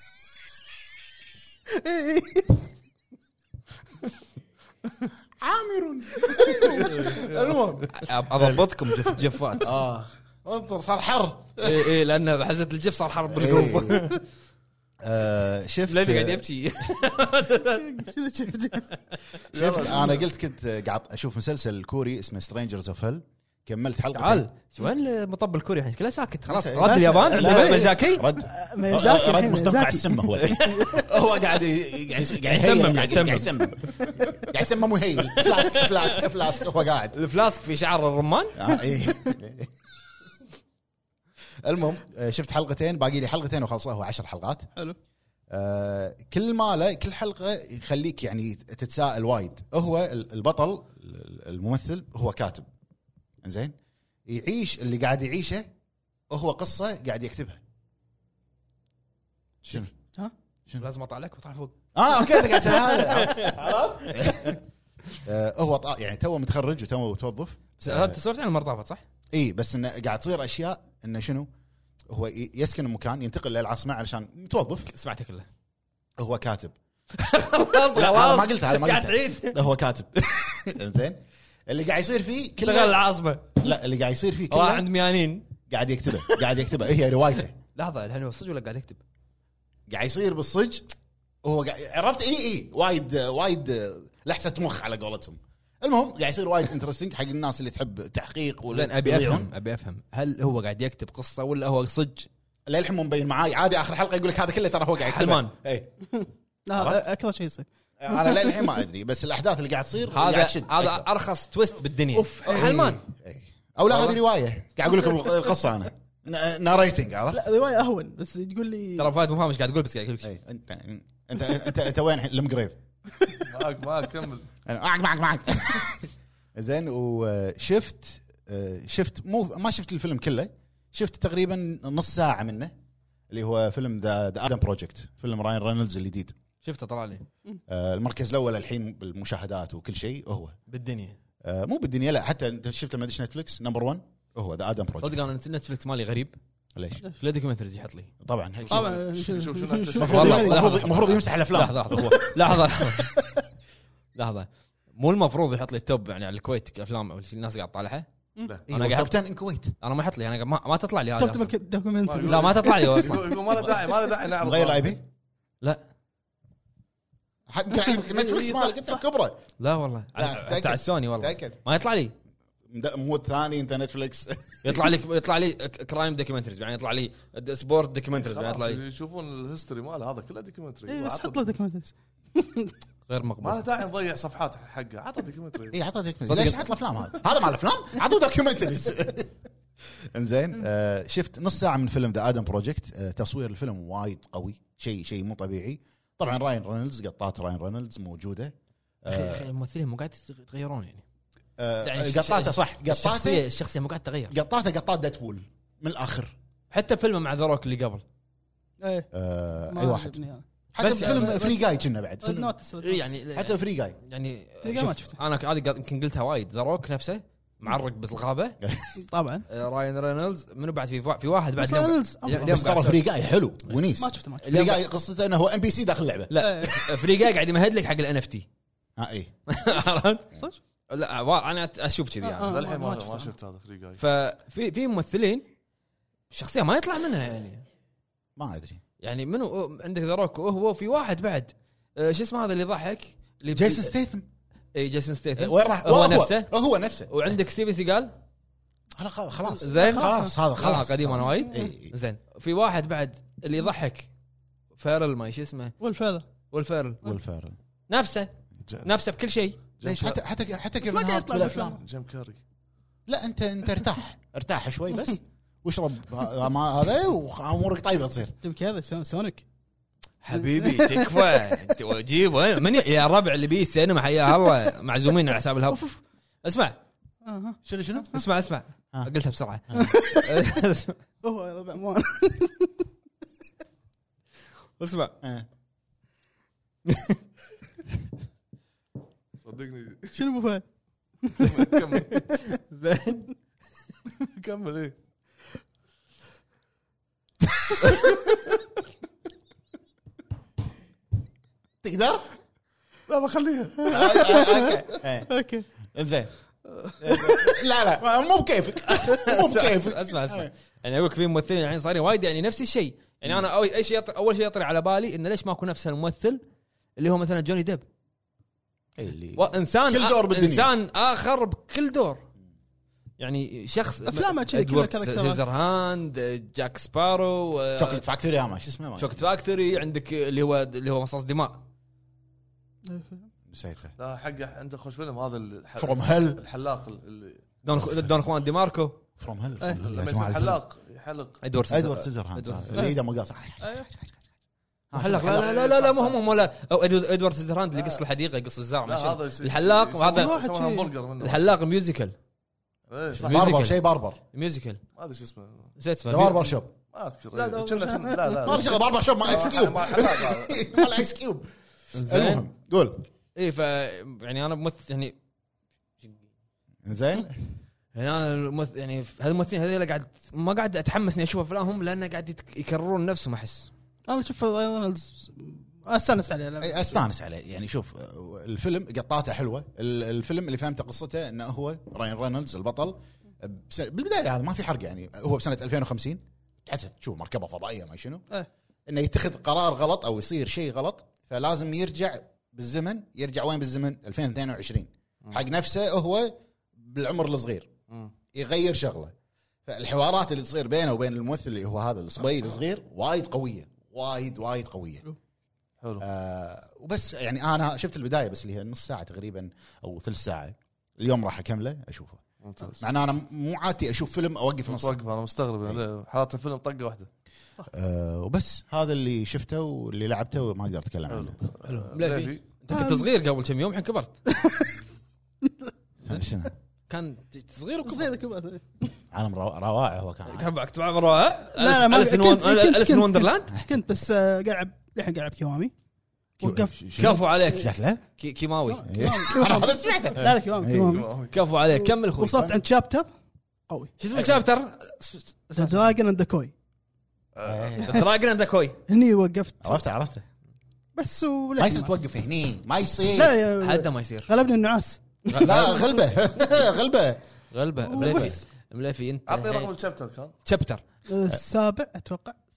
عامر. المهم اضبطكم جف جفات. اه انظر صار حر. اي اي لان حزت الجف صار حرب بالجروب. آه شفت ليفي قاعد يبكي. شنو شفت؟ شفت انا قلت كنت قاعد اشوف مسلسل كوري اسمه سترينجرز اوف هيل كملت حلقه تعال شو وين المطب الكوري الحين كله ساكت خلاص بس- رد بس- اليابان لا، اللي مزاكي. رد ميزاكي رد الحين، مستنقع ميزاكي. السمه هو الحين. هو قاعد ي- قاعد قاعد يسمم، يهيل، قاعد قاعد يسمم قاعد يسمم ويهيل فلاسك فلاسك فلاسك هو قاعد الفلاسك في شعر الرمان. آه، إيه. المهم آه، شفت حلقتين باقي لي حلقتين وخلصها هو عشر حلقات. حلو. آه، كل ماله كل حلقه يخليك يعني تتساءل وايد. هو ال- البطل الممثل هو كاتب زين يعيش اللي قاعد يعيشه هو قصه قاعد يكتبها. شنو؟ لازم اطلع لك واطلع فوق. اه اوكي انت قاعد تسوي هذا عرفت؟ آه، هو طا- يعني تو متخرج وتو متوظف. بس انت سولت عن المره طافت صح؟ اي بس انه قاعد تصير اشياء انه شنو هو ي- يسكن مكان ينتقل للعاصمه علشان متوظف. سمعته كله. هو كاتب. لا أنا ما قلت هذا ما قاعد قلت تعيد. هو كاتب. زين اللي قاعد يصير فيه اشتغل كله العاصمه. لا اللي قاعد يصير فيه راح كله عند ميانين. قاعد يكتبه قاعد يكتبه هي روايته لحظه الحين هو صدق ولا قاعد يكتب؟ قاعد يصير بالصج. هو قاعد عرفت اي اي وايد وايد لحسه مخ على قولتهم. المهم قاعد يصير وايد انترستنج حق الناس اللي تحب تحقيق ولا زين ابي يضيعون. افهم ابي افهم هل هو قاعد يكتب قصه ولا هو صج؟ للحين مو مبين معاي عادي اخر حلقه يقول لك هذا كله ترى هو قاعد يكتبه. حلمان. اي لا عرفت؟ اكثر شيء يصير. انا للحين ما ادري بس الاحداث اللي قاعد تصير هذا قاعد تشد هذا أكثر. ارخص تويست بالدنيا. أوف. حلمان. إي. إي. او لا والله. هذه روايه قاعد اقول لك القصه انا ناريتنج عرفت. لا روايه اهون بس تقول لي ترى فهد مو فاهم ايش قاعد يقول بس قاعد يقول لك إي. انت انت انت انت وين الحين المقريف معك معك كمل. أنا معك معك معك. زين وشفت شفت مو ما شفت الفيلم كله شفت تقريبا نص ساعه منه اللي هو فيلم ذا ذا ادم بروجكت فيلم راين رينولدز الجديد. شفته طلع لي آه، المركز الاول الحين بالمشاهدات وكل شيء هو بالدنيا. آه، مو بالدنيا لا حتى انت شفت لما دش نتفلكس نمبر واحد هو ذا ادم بروجكت. صدق انا نتفلكس مالي غريب. ليش؟ لا دوكيومنتريز يحط لي. طبعا هيك طبعا شوف- شوف- شوف- شوف- المفروض والله، المفروض لحظة. المفروض يمسح الافلام. لحظه لحظه هو لحظه لحظه لحظه مو المفروض يحط لي التوب يعني على الكويت افلام او الناس قاعد طالعها. لا. انا أنا قاعد قاعد- توب عشرة ان كويت انا ما يحط لي انا ما, ما تطلع لي هذه شفت أصلاً. دوكيومنتري. لا ما تطلع لي اصلا. يقول يقول ما له داعي ما له داعي نعرض. نغير الاي بي لا يمكن نتفلكس مالك انت كبره. لا والله لا، تاع السوني والله تاكد ما يطلع لي مو الثاني انت نتفلكس. يطلع لي يطلع لي كرايم دوكيومنتريز يعني يطلع لي سبورت دوكيومنتريز يعني يطلع لي يشوفون الهيستوري ماله هذا كله دوكيومنتري. إيه بس حط له دوكيومنتريز غير ما مقبول. له داعي نضيع صفحات حقه. عطى دوكيومنتري. اي عطى دوكيومنتري. ليش حط الافلام هذا هذا مال الافلام عطوا دوكيومنتريز. انزين آه شفت نص ساعه من فيلم ذا ادم بروجكت. آه تصوير الفيلم وايد قوي شيء شيء مو طبيعي. طبعا راين رينولدز قطات راين رينولدز موجوده. اخي اخي الممثلين مو قاعد يتغيرون يعني آه يعني قطاته صح قطاته الشخصيه الشخصيه مو قاعد تغير قطاته قطات ديدبول من الاخر. حتى فيلمه مع ذا روك اللي قبل ايه آه اي واحد يعني حتى بس فيلم يعني- فري جاي كنا بعد فيلم نوتس يعني حتى فري جاي يعني في ما شوف شفته. انا هذه يمكن قلتها وايد ذا روك نفسه معرق بالغابه. طبعا آه، راين رينولدز منو بعد في في واحد بعد بس اليوم رينولدز اليوم أفضل. بس ترى قاعد فري جاي حلو ونيس. ما شفته ما شفته فري جاي قصته انه هو ام بي سي داخل اللعبه. لا فري جاي قاعد يمهد لك حق الان اف تي ها اي عرفت؟ صدق؟ لا وا- انا اشوف كذي آه، يعني آه. للحين ما ما شفته. ما شفت هذا فري جاي. ففي في ممثلين الشخصيه ما يطلع منها يعني ما ادري. يعني منو عندك ذا روك وهو في واحد بعد آه، شو اسمه هذا اللي ضحك اللي جيسون ستيثم اي جيسون ستيثم وين راح؟ هو نفسه هو نفسه. وعندك ستيفن سيجال خلاص خلاص زين خلاص هذا خلاص خلاص قديم انا وايد إي. زين في واحد بعد اللي يضحك فيرل ما شو اسمه والفيذر والفيرل والفيرل نفسه ج- نفسه بكل شيء ليش حتى حتى حتى ما كيفن قاعد هارت يطلع بالافلام. بالأفلام. جيم كاري. لا انت انت ارتاح ارتاح شوي بس واشرب ه- ما هذا وامورك طيبه تصير. جيب كذا سون- سونيك حبيبي تكفى جيب وين من يا الربع اللي بيه السينما حياه الله معزومين على حساب الهب. اسمع اها شنو شنو؟ اسمع اسمع ها. قلتها بسرعه هو بعمان اسمع آه. صدقني. شنو ابو فهد؟ كمل زين كمل ايه. تقدر؟ لا بخليها. اوكي زين لا لا مو بكيفك مو بكيفك. اسمع اسمع يعني اقول لك في ممثلين الحين صايرين وايد يعني نفس الشيء يعني انا اول اي شيء يطر... اول شيء يطري على بالي انه ليش ماكو نفس الممثل اللي هو مثلا جوني ديب اللي وانسان كل دور بالدنيا. انسان اخر بكل دور يعني شخص أفلامه كذا ادوارد كلها كاركترات. سيزر هاند جاك سبارو شوكليت فاكتوري ما شو اسمه شوكت فاكتوري عندك اللي هو اللي هو مصاص دماء نسيته. لا حقه عنده خوش فيلم هذا الح- فروم هيل الحلاق اللي دون دون خوان دي ماركو فروم هيل إيه. لما يصير حلاق يحلق. ادوارد ادوارد سيزر هاند إدوارد اللي ايده مقاص. حلاق لا لا لا لا مو هم ولا او إدو- ادوارد سيزرهاند اللي قص الحديقه قص الزرع لا ما شنو. هذا يصير- الحلاق يسوي- وهذا يسوي واحد شيء. همبرجر منه. الحلاق ميوزيكال إيه، صح. ميوزيكال. باربر شيء باربر ميوزيكال ما ادري شو اسمه. نسيت اسمه باربر شوب. ما اذكر. لا، إيه. لا، كنا كنا- لا لا ما له شغل باربر شوب مال اكس كيوب مال حلاق هذا. مال اكس كيوب. زين المهم قول اي ف يعني انا ممثل يعني زين يعني انا الممثل يعني هالممثلين هذول قاعد ما قاعد اتحمس اني اشوف افلامهم لانه قاعد يتك- يكررون نفسهم احس. انا اشوف رينولدز استانس عليه أي استانس عليه يعني. شوف الفيلم قطاته حلوه. ال- الفيلم اللي فهمته قصته انه هو راين رينولدز البطل بس- بالبدايه هذا ما في حرق يعني. هو بسنه ألفين وخمسين حتى تشوف مركبه فضائيه ما شنو إيه. انه يتخذ قرار غلط او يصير شيء غلط فلازم يرجع بالزمن. يرجع وين بالزمن؟ ألفين واثنين وعشرين حق نفسه هو بالعمر الصغير مم. يغير شغله. فالحوارات اللي تصير بينه وبين الممثل اللي هو هذا الصبي الصغير وايد قويه وايد وايد قويه. حلو. آه وبس يعني انا شفت البدايه بس اللي هي نص ساعه تقريبا او ثلث ساعه. اليوم راح اكمله اشوفه. ممتاز. مع ان انا مو عادتي اشوف فيلم اوقف نص. متوقف انا مستغرب يعني حالات الفيلم طقه واحده. آه وبس هذا اللي شفته واللي لعبته وما اقدر اتكلم عنه. حلو آه، ليفي ليفي. انت كنت صغير قبل كم يوم الحين كبرت. شنو؟ كان صغير وكبر صغير كبر عالم روا- رواعي هو كان. كان بعد تبع مروه لا، لا، ما- أليس إن كنت- وون- كنت- أليس إن كنت- وندرلاند كنت بس آه، قاعد العب الحين قاعد العب كيوامي وقف كفو عليك شكله؟ كي- كيماوي هذا سمعته. لا لا كيوامي كيوامي كفو عليك كمل اخوي. وصلت عند شابتر قوي شو اسمه شابتر دراجون اند كوي دراجون اند كوي. هني وقفت عرفته عرفته. بس ما ولعب يصير توقف هني ما يصير. لا يا- حدا ما يصير غلبني النعاس لا غلبه غلبه. غلبه بس. مليفي مليفي انت اعطي رقم الشابتر كان. شابتر السابع اتوقع السابع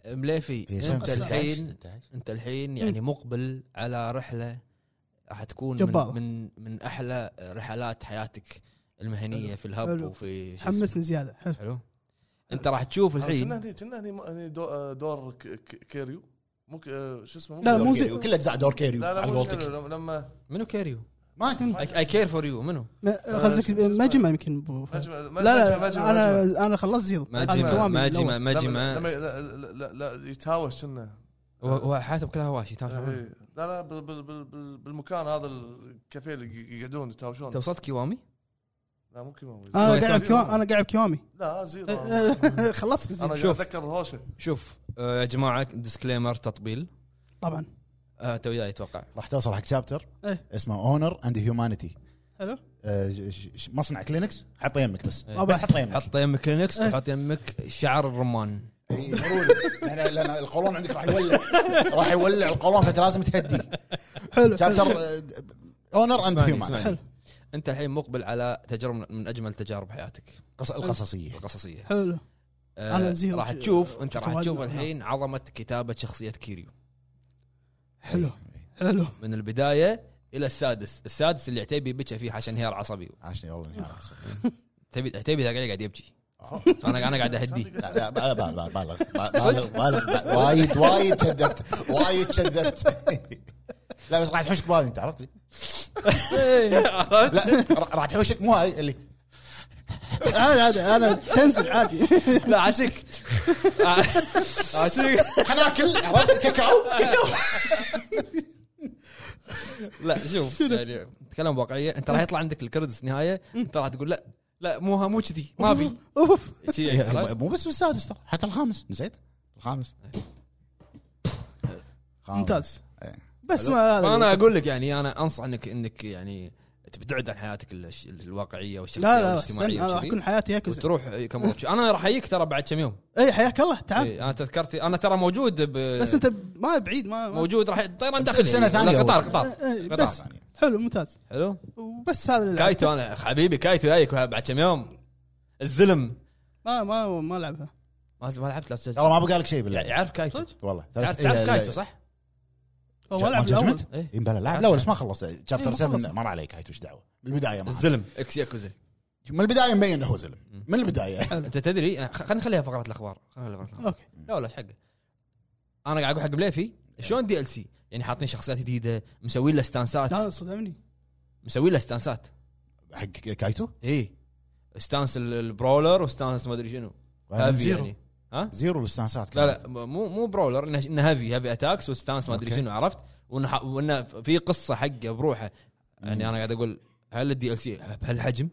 مليفي إيه، انت ستة عشر. الحين ستة عشر. انت الحين يعني مقبل على رحله راح تكون جبارة. من, من من احلى رحلات حياتك المهنيه في الهب حلو. وفي شو اسمه. حمسني زياده. حلو. حلو. انت راح تشوف كنا الحين هني كنا هني هني دو- دور ك- ك- كيريو مو ك- آه، شو اسمه لا، لا، دور مو كيريو. زي- كل اجزاء دور كيريو لا لا على مو قولتك. كيريو لما- لما منو كيريو ما ادري اي كير فور يو منو ما- قصدك ماجما يمكن بو- مجمع- لا لا مجمع- مجمع- انا مجمع. انا خلصت زيرو. ماجما هذا كوامي ماجما الأول. لما ماجما لما لا لا لا يتهاوش كنا هو هو حياته كلها هواشي تهاوش معاه. إيه. لا لا بال- بال- بال- بال- بالمكان هذا الكافيه اللي يقعدون يتهاوشون انت وصلت كيوامي لا مو كيماوي انا زيرو. قاعد بكوامي انا قاعد بكوامي لا زيرو خلصت انا زيرو. قاعد شوف. اتذكر الهوشه شوف آه، يا جماعه ديسكليمر تطبيل طبعا. آه، تو وياي اتوقع راح توصل حق شابتر إيه. اسمه اونر اند هيومانيتي. حلو. مصنع كلينكس حطه يمك بس إيه. طبعا. بس حطه يمك. حط يمك كلينكس إيه. وحط يمك شعر الرمان إيه، ضروري. لان لان القولون عندك راح يولع راح يولع القولون فانت لازم تهدي. حلو. شابتر اونر اند اسمعني هيومانيتي. اسمعني حلو. انت الحين مقبل على تجربه من اجمل تجارب حياتك القصصيه. القصصيه حلو. آه، أنا زيرو. راح تشوف انت شفت راح وايد تشوف من- الحين عظمه كتابه شخصيه كيريو حلو. حلو. من البدايه الى السادس السادس اللي عتيبي بكى فيه عشان انهيار عصبي عاشني والله اني عتيبي عتيبي قاعد قاعد يبكي انا انا قاعد اهديه لا لا بالغ بالغ بالغ بالغ بالغ وايد وايد شدرت وايد شدرت. لا بس راح تحوشك بالي انت عرفت لي. لا راح تحوشك مو هاي اللي هذا هذا انا تنزل عادي. لا عاشك عاشك خلنا ناكل عرفت كاكاو كاكاو. لا شوف يعني نتكلم بواقعيه انت راح يطلع عندك الكريدتس نهايه انت راح تقول لا لا مو مو كذي ما في اوف. شي عرفت؟ مو بس بالسادس ترى حتى الخامس نسيت الخامس. خامس. ممتاز. إيه. بس ما هذا فانا اقول لك يعني انا انصح انك انك يعني تبتعد عن حياتك الش- الواقعيه والشخصيه لا لا والاجتماعيه استنى، انا راح وكذي اكون حياتي هيك وزين. وتروح كمروتشي انا راح اجيك ترى بعد كم يوم اي حياك الله تعال. إيه، انا تذكرتي انا ترى موجود ب... بس انت ما بعيد ما ما- موجود راح طيران داخلي سنة ثانية لا، قطار هو. قطار إيه، قطار. بس حلو ممتاز. حلو وبس هذا اللي كايتو انا حبيبي كايتو جايك بعد كم يوم الزلم ما ما ما لعبها. ما ما لعبت لا ترى ما بقى لك شيء بالله يعرف كايتو صدق؟ والله. تعرف إيه، تعرف لا- كايتو صح؟ هو ما ما لعب جاجمنت؟ الاول. ايه يمبلا لاعب لا بس ما خلص إيه، شابتر ما سبعة خلص. مر عليك هاي وش دعوه من البدايه. ما الزلم اكس ياكوزا من البدايه مبين انه هو زلم من البدايه. انت تدري خلينا نخليها فقره الاخبار خلينا نخليها فقره الاخبار اوكي. لا ولا حقه انا قاعد اقول حق بليفي شلون دي ال سي يعني حاطين شخصيات جديده مسوين له ستانسات لا صدمني. مسوين له ستانسات حق كايتو ايه ستانس ال- البرولر وستانس ما ادري شنو هافي زيرو يعني ها زيرو الاستانسات. لا لا مو مو برولر انه إنه هافي هافي اتاكس وستانس ما ادري أوكي. شنو عرفت وانه ح- وانه في قصه حقه بروحه يعني انا قاعد اقول هل الدي ال سي بهالحجم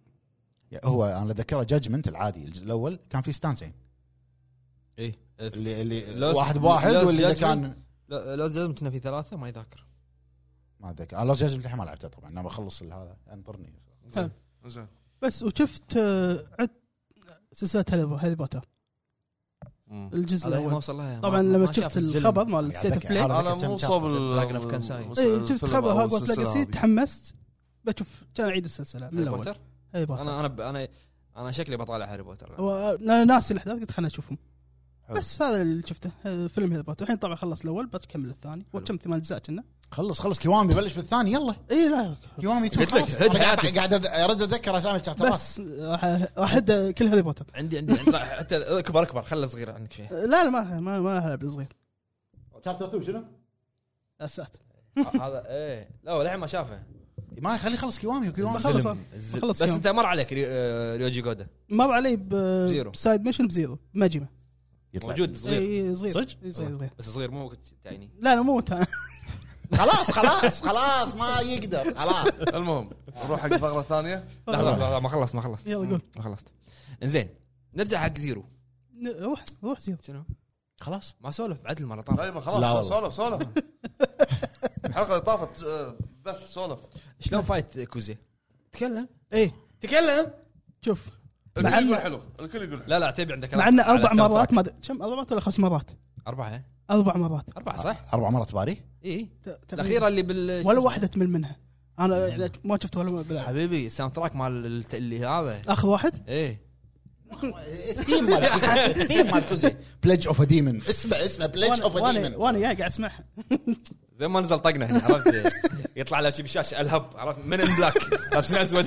هو انا اتذكره جاجمنت العادي الجزء الاول كان في ستانسين ايه اللي اللي لوس- واحد بواحد لوس واللي اللي Judgment. كان لا لو زلمتنا في ثلاثه ما يذكر ما اتذكر انا لوس جاجمنت الحين ما لعبته طبعا انا بخلص هذا انطرني. حلو. زين بس وشفت آه، عد سلسله هاري بوتر مم. الجزء هذا ما الاول. وصل لها طبعا ما- لما ما شاف شفت الزلم. الخبر مال يعني ستيت اوف أتذكر بلاي حلقة انا كم مو شابتر؟ صوب Dragon of Kansai. اي شفت خبر هاجورت السلسلة ليجاسي هذه. تحمست بشوف كان اعيد السلسله من هاري الاول. بوتر هاري بوتر انا انا ب- انا انا شكلي بطالع هاري بوتر هو- انا ناسي الاحداث قلت خليني اشوفهم. حلو. بس هذا اللي شفته آه، فيلم هاري بوتر الحين طبعا خلص الاول بكمل الثاني وكم ثمان اجزاء كنا. خلص خلص كيوامي بلش بالثاني يلا اي لا كيوامي تو قلت لك، خلاص. هد أنا قاعد حياتك. قاعد ارد اتذكر اسامي الشابترات. بس راح راح أد كل هاري بوتر. عندي عندي عندي- لا، حتى اكبر اكبر خله صغير عنك شوي لا لا ما ما ما العب الصغير. شابتر تو شنو؟ يا ساتر. هذا ايه لا ولا ما شافه ما يخليه يخلص كيوامي وكيوامي خلص. الزلم. الزلم. خلص بس كم. انت مر عليك ري- آه، ريوجي جودا مر علي ب- زيرو. بسايد ميشن بزيرو ماجمه. يطلع. موجود صغير اي صغير. صدق؟ اي صغير صغير. بس صغير مو تعني لا لا مو تا- خلاص خلاص خلاص ما يقدر خلاص. المهم نروح حق فقره ثانيه. لحظه لحظة، ما خلص ما خلص يلا قول. ما خلصت انزين نرجع حق زيرو ن- روح روح زيرو. شنو خلاص ما سولف بعدل مره لا طاف يبا لا خلاص والله. سولف سولف الحلقه اللي طافت آه، بث سولف شلون فايت كوزي تكلم ايه تكلم شوف الكل مع يقول إنه- حلو الكل يقول حلو. لا لا اعتبر عندك مع انه على اربع الساوند مرات تراك. ما أدري- كم اربع مرات ولا خمس مرات؟ اربعه اربع مرات. اربعه صح اربع مرات باري. اي ت- تقريباً. الاخيره اللي بال ولا واحده تمل منها. انا يعني ما شفت ولا بالعب. حبيبي الساوند تراك مال الت- اللي هذا اخذ واحد. ايه الثيم مال الثيم مال كوزي بليدج اوف ا ديمون اسمه اسمه بليدج وأنا- اوف ا وانا ديمون. وانا قاعد اسمعها. زي ما نزل طقنا هنا عرفت يطلع له شي بالشاشه الهب عرفت من ان بلاك لابسين اسود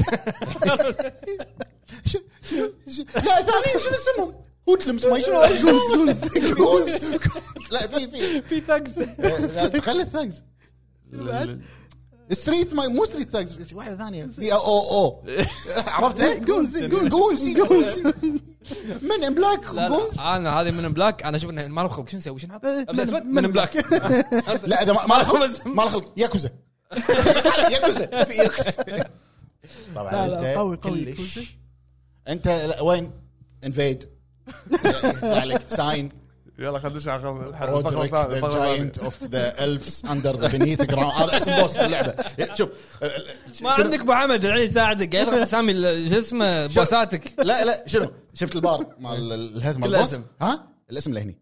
لا ثانيين شنو اسمهم؟ هوتلمز ما شنو جولز جولز لا في في في ثقز لا خلي الثاجز ستريت ما مو ستريت ثاجز واحده ثانيه في او او عرفت جولز جولز جولز من ان بلاك جولز. انا هذه من بلاك انا اشوف انه ما له خلق شو نسوي شو نحط ابدا اسود من- من بلاك لا هذا ما له خلق ما له خلق ياكوزا ياكوزا في ياكوزا طبعا لا، لا، انت قوي- قوي كلش- ياكوزا. انت لا، وين انفيد يطلع لك ساين يلا خلينا ندش على الفقره رودريك الثانيه ذا الفقرة الثانية. جاينت اوف ذا الفز اندر ذا بينيث جراوند. هذا اسم بوس باللعبه. شوف ما عندك ابو حمد الحين يساعدك قاعد يضغط اسامي ال- شو اسمه بوساتك لا لا شنو شفت البار مال الهيث مال كل البوس اسم. ها الاسم لهني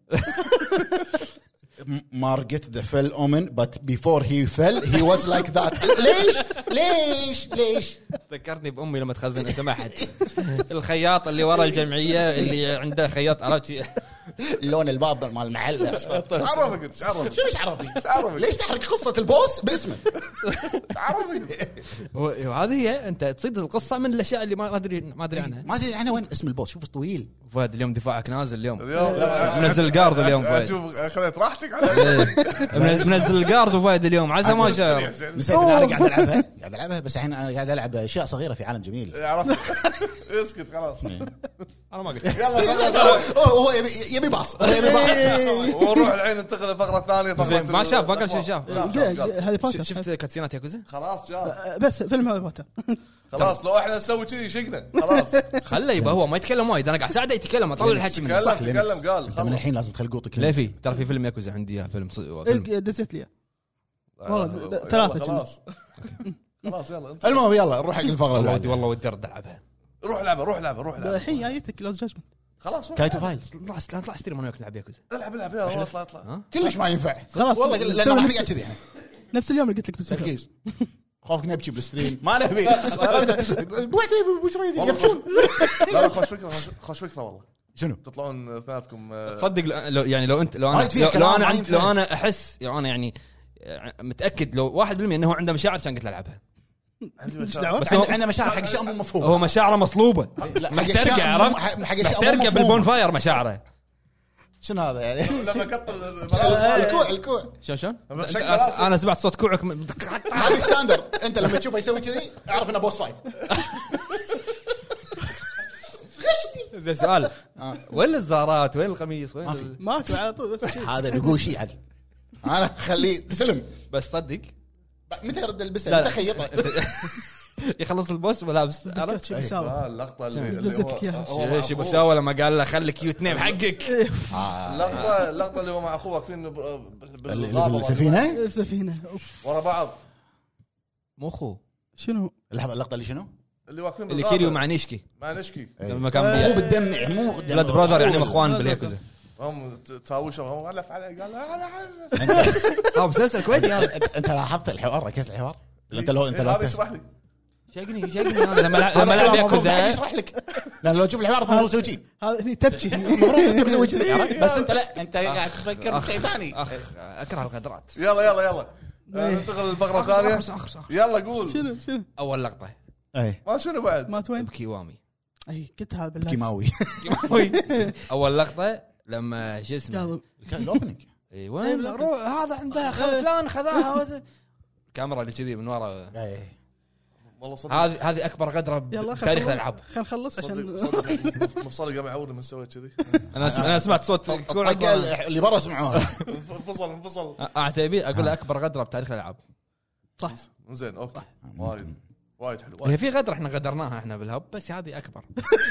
مارجت ذا فيل اومن بات بيفور هي فيل هي واز لايك ذات. ليش ليش ليش ذكرتني بامي لما تخزن سمحت الخياط اللي ورا الجمعيه اللي عنده خياط عرفت لون الباب مال المحل. ايش عرفك انت؟ ايش عرفك؟ شنو ايش عرفي ايش عرفك؟ ليش تحرق قصه البوس باسمه؟ ايش عرفك؟ وهذه هي انت تصيد القصه من الاشياء اللي ما ما ادري ما ادري عنها. ما ادري عنه وين اسم البوس. شوف طويل. فهد اليوم دفاعك نازل اليوم اليوم منزل القارد اليوم فهد. شوف خذيت راحتك على إيه. منزل القارد وفهد اليوم عسى ما شاء نسيت ان انا قاعد العبها قاعد العبها بس الحين انا قاعد العب اشياء صغيره في عالم جميل. عرفت اسكت خلاص انا ما قلت يلا يلا هو هو يبي يبي باص هو يبي باص. ونروح الحين ننتقل للفقره الثانيه. زين، ما شاف ما قال شيء شاف. هذه بودكاست. شفت كاتسينات ياكوزا خلاص جاء بس فيلم هذا بوتر. خلاص لو احنا نسوي كذي شقنا خلاص. خله يبقى هو ما يتكلم وايد انا قاعد اساعده يتكلم اطلع الحكي منه. تكلم تكلم قال انت من الحين لازم تخلي قوتك. ليه في ترى في فيلم ياكوزا عندي اياه فيلم ص- فيلم دزيت لي والله ثلاثة خلاص خلاص يلا انت المهم يلا نروح حق الفقره والله اللي ودي بعدها. والله ودي ارد العبها. روح لعبه روح لعبه روح لعبه الحين جايتك لوز جاجمنت. خلاص روح كايتو فايلز اطلع اطلع اشتري من وياك نلعب ياكوزا. العب العب يلا اطلع اطلع ها كلش ما ينفع خلاص. والله لان سوي راح نفس- نقعد كذي احنا نفس اليوم اللي قلت لك بالسفر. تركيز. خوفك نبكي بالستريم ما نبي. بوعدي ابو شريدي يبكون. لا لا خوش فكره خوش- خوش فكره والله شنو؟ تطلعون اثنيناتكم آه، تصدق لو- لو يعني لو انت لو انا وايد فيها لو, لو كلام انا ما عند ينفع. لو انا احس لو انا يعني متاكد لو واحد بالمية انه هو عنده مشاعر كان قلت له العبها. عندي ايش مشاعر. دعوه؟ بس هو- عنده عنده مشاعر حق اشياء مو مفهومه. هو مشاعره مصلوبه لا، حق محترقه أشياء عرفت مو- حق أشياء مو محترقه مفهومة. بالبون فاير مشاعره. شنو هذا يعني؟ لما قط الملابس الكوع الكوع شلون شلون أما أنت- شكل راسه. انا سمعت صوت كوعك من- هذه ستاندر. انت لما تشوفه يسوي كذي اعرف انه بوس فايت. زين سؤال وين الزارات وين القميص وين ما في. ال- ماكو على طول بس شيء. هذا نقوشي عدل. انا خليه سلم. بس صدق متى يرد البسه؟ لا، متى لا. خيطه؟ يخلص البوس ملابس ذكرت عرفت شو بيساوي. آه، اللقطه اللي اللي دزتك إياها. هو هو ايش مع أخوه. بسوي لما قال له خليك كيوت نيم حقك اللقطه اللقطه اللي هو مع اخوه واقفين ب- اللي بالغابه بالسفينه. سفينه اوف ورا بعض مو اخوه شنو اللحظه اللقطه اللي شنو؟ اللي واقفين اللي بالغابه كيريو مع نيشكي مع نشكي لما كان مو بي- بالدم مو بلاد براذر يعني اخوان لا، لا، بالياكوزا. هم ت- تهاوشوا هم غلف عليه قال لا لا اه مسلسل كويتي هذا. انت انت لاحظت الحوار ركزت الحوار؟ انت لو انت لو هذا يشرح لي شقني شقني انا لما لعب- لما لعب ياكوزا يشرح لك. لان لو تشوف الحوار المفروض تسوي شيء. هذا هني تبكي المفروض انت بتسوي كذي عرفت؟ بس انت لا انت قاعد تفكر بشيء ثاني. اخ اكره الغدرات. يلا يلا يلا آه، ننتقل للفقره الثانيه. اخرس اخرس اخرس. يلا قول شنو شنو اول لقطه اي ما شنو بعد مات وين؟ بكيوامي. اي قلت هذا بالله. كيماوي. اول لقطه لما شو اسمه قال الاوبننج. اي وين روح هذا عنده خ- فلان خذاها الكاميرا اللي كذي من ورا. والله صدق هذه هذه اكبر غدره يلا بتاريخ الالعاب. خلينا نخلص صدق عشان صدق مفصل قام يعور من سويت كذي انا سم- انا سمعت صوت كوع الطقه اللي برا سمعوها. انفصل انفصل اعتبي اقول اكبر غدره بتاريخ الالعاب. صح. زين اوكي وايد وايد حلو هي وايد. في غدره احنا غدرناها احنا بالهب بس هذه اكبر.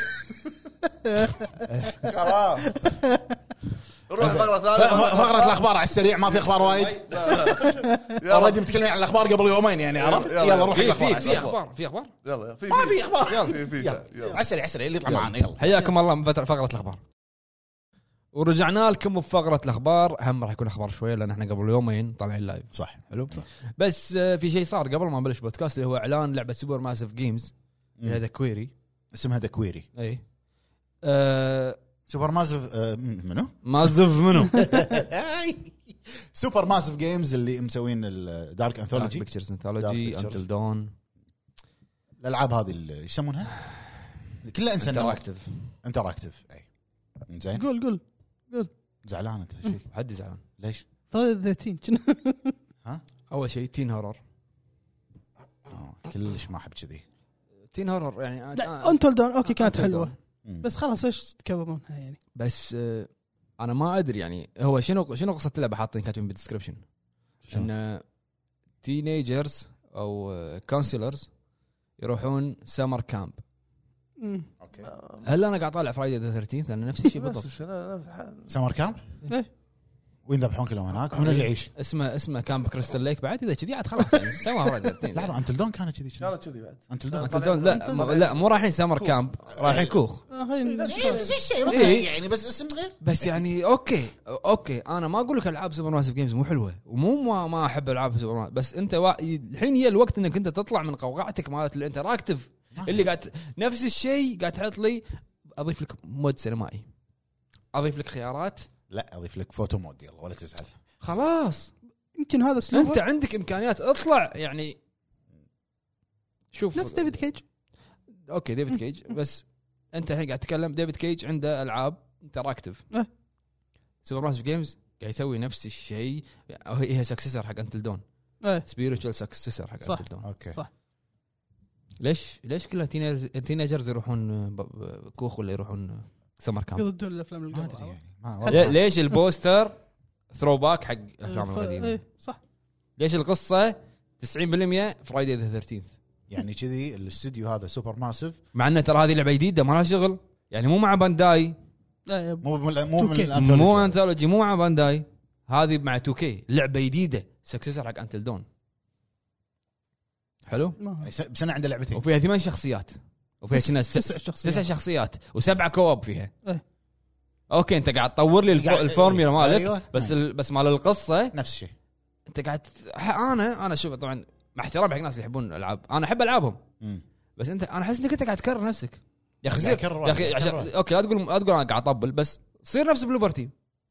خلاص نروح الفقره الثانيه. فقره الاخبار على السريع ما في اخبار وايد. يلا اوريدي متكلمين عن الاخبار قبل يومين يعني عرفت. يلا، يلا نروح في الاخبار. في في اخبار في اخبار. يلا في ما في اخبار. في في يلا يلا على السريع على السريع اللي يطلع معنا يلا. حياكم الله من فترة- فقره الاخبار. ورجعنا لكم بفقره الاخبار. هم راح يكون اخبار شويه لان احنا قبل يومين طالعين لايف. صح. حلو صح. بس آه، في شيء صار قبل ما نبلش بودكاست اللي هو اعلان لعبه سوبر ماسيف جيمز. هذا كويري. اسمها ذا كويري. اي آه سوبر ماسف آه منو مازف منو سوبر ماسف جيمز اللي مسوين الدارك انثولوجي بيكتشرز انثولوجي انتل دون. الالعاب هذه اللي ايش يسمونها كلها انسان انتراكتيف انتراكتيف اي زين. قول قول زعلان انت ايش فيك حد زعلان ليش ثلاثين ها اول شيء تين هورر آه، كلش ما احب كذي تين هورر يعني لا انتل دون اوكي كانت Until حلوه Dawn. بس خلاص ايش تكررونها يعني. بس آه انا ما ادري يعني هو شنو شنو قصه اللعبه حاطين كاتبين بالدسكربشن ان تينيجرز او كونسلرز يروحون سمر كامب. مم. اوكي هل انا قاعد اطالع فرايدي ذا ثيرتين لان نفس الشيء بالضبط سمر كامب إيه. وين ذبحون كلهم هناك ومن اللي يعيش اسمه اسمه كامب كريستال ليك بعد اذا كذي عاد خلاص يعني سوى فرايدي ذا ثيرتين. لحظه انتل دون كانت كذي كانت كذي بعد انتل دون انت دون لا م- لا مو رايحين سمر كامب رايحين كوخ آه، هاي نفس الشيء إيه. يعني بس اسم غير بس يعني اوكي اوكي انا ما اقول لك العاب سوبر ماسيف جيمز مو حلوه ومو ما, ما احب العاب سوبر ماسيف بس انت وا... الحين هي الوقت انك انت تطلع من قوقعتك مالت الانتراكتيف اللي قاعد نفس الشيء قاعد تحط لي اضيف لك مود سينمائي اضيف لك خيارات لا اضيف لك فوتو مود يلا ولا تزعل خلاص يمكن هذا اسلوبه انت عندك امكانيات اطلع يعني شوف نفس ديفيد كيج. اوكي ديفيد كيج بس انت الحين قاعد تتكلم ديفيد كيج عنده العاب انتراكتيف أه. سوبر ماسيف جيمز قاعد يسوي نفس الشيء هي سكسسر حق انتل دون ايه سبيريتشوال سكسسر حق صح. انتل دون. اوكي صح. ليش ليش كلها تينيجرز تينيجرز يروحون ب- ب- كوخ ولا يروحون سمر كامب؟ يضدون الافلام اللي ما قبل. ادري يعني ما ليه- والله. ليش البوستر ثرو باك حق الافلام ف- القديمه؟ إيه، صح. ليش القصه تسعين بالمئة فرايدي ذا ثيرتين يعني كذي الاستوديو هذا سوبر ماسف مع انه ترى هذه لعبه جديده ما لها شغل يعني مو مع بانداي لا مو من مو من تو كي. الانثولوجي مو انثولوجي مو مع بانداي هذه مع تو كي لعبه جديده سكسسر حق انتل دون. حلو ما يعني س- بسنه عنده لعبتين وفيها ثمان شخصيات وفيها تس- كنا تسع س- شخصيات. تسع شخصيات وسبعه كواب فيها. إيه. اوكي انت قاعد تطور لي الف... قاعد- الفورميلا مالك أيوة. بس أيوة. ال... بس مال القصه نفس الشيء انت قاعد انا انا شوف طبعا مع احترامي حق الناس اللي يحبون الالعاب انا احب العابهم مم. بس انت انا احس انك انت قاعد تكرر نفسك يا اخي قاعد زين أكرر يا اخي واحد، عشان أكرر اوكي لا تقول لا تقول انا قاعد اطبل بس صير نفس بلوبرتي.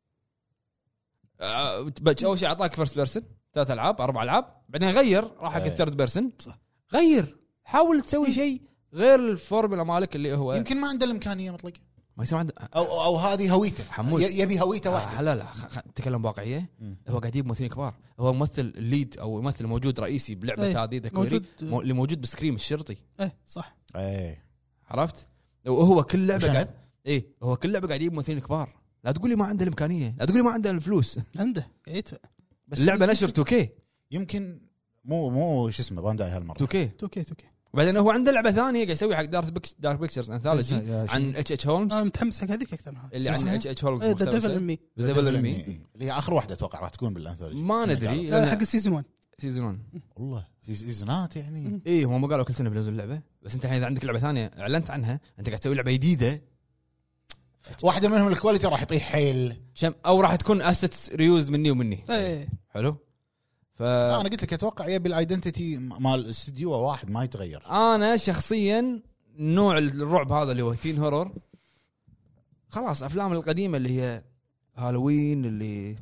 أه... بج- اول شيء اعطاك فيرست بيرسون ثلاث العاب اربع العاب بعدين غير راح حق إيه. الثيرد بيرسون صح. غير حاول تسوي شيء غير الفورمولا مالك اللي هو يمكن ما عنده الامكانيه مطلق ما يسمع عنده او او, أو هذه هويته حمود. ي- يبي هويته آه واحده لا لا خ- خ- تكلم واقعيه مم. هو قاعد يجيب ممثلين كبار هو ممثل الليد او ممثل موجود رئيسي بلعبه إيه. هذه ذا كويري موجود. مو- اللي موجود بسكريم الشرطي ايه صح. ايه عرفت وهو كل لعبه مشاهد؟ قاعد ايه هو كل لعبه قاعد يجيب ممثلين كبار لا تقول لي ما عنده الامكانيه لا تقول لي ما عنده الفلوس عنده قاعد يدفع. بس اللعبه نشر تو كي يمكن مو مو شو اسمه بانداي هالمره تو كي توكي توكي. وبعدين هو عنده لعبه ثانيه قاعد يسوي حق دارك بيكس دارك بيكتشرز انثولوجي يا شيء. عن اتش اتش هولمز انا متحمس حق هذيك اكثر من هذا. اللي شو عن اسمها؟ اتش اتش هولمز ذا ديفل مقتبسة. ان مي. ذا ديفل ان مي إيه. اللي هي اخر واحده اتوقع راح تكون بالانثولوجي ما ندري لا، لأن- حق السيزون واحد. سيزون واحد والله سيزونات يعني ايه هم ما قالوا كل سنه بينزلوا اللعبه بس انت الحين اذا عندك لعبه ثانيه اعلنت عنها انت قاعد تسوي لعبه جديده واحده منهم الكواليتي راح يطيح حيل شم او راح تكون اسيتس ريوز مني ومني ايه حلو ف انا قلت لك اتوقع يبي الايدنتيتي مال الاستوديو واحد ما يتغير انا شخصيا نوع الرعب هذا اللي هو تين هورور خلاص افلام القديمه اللي هي هالوين اللي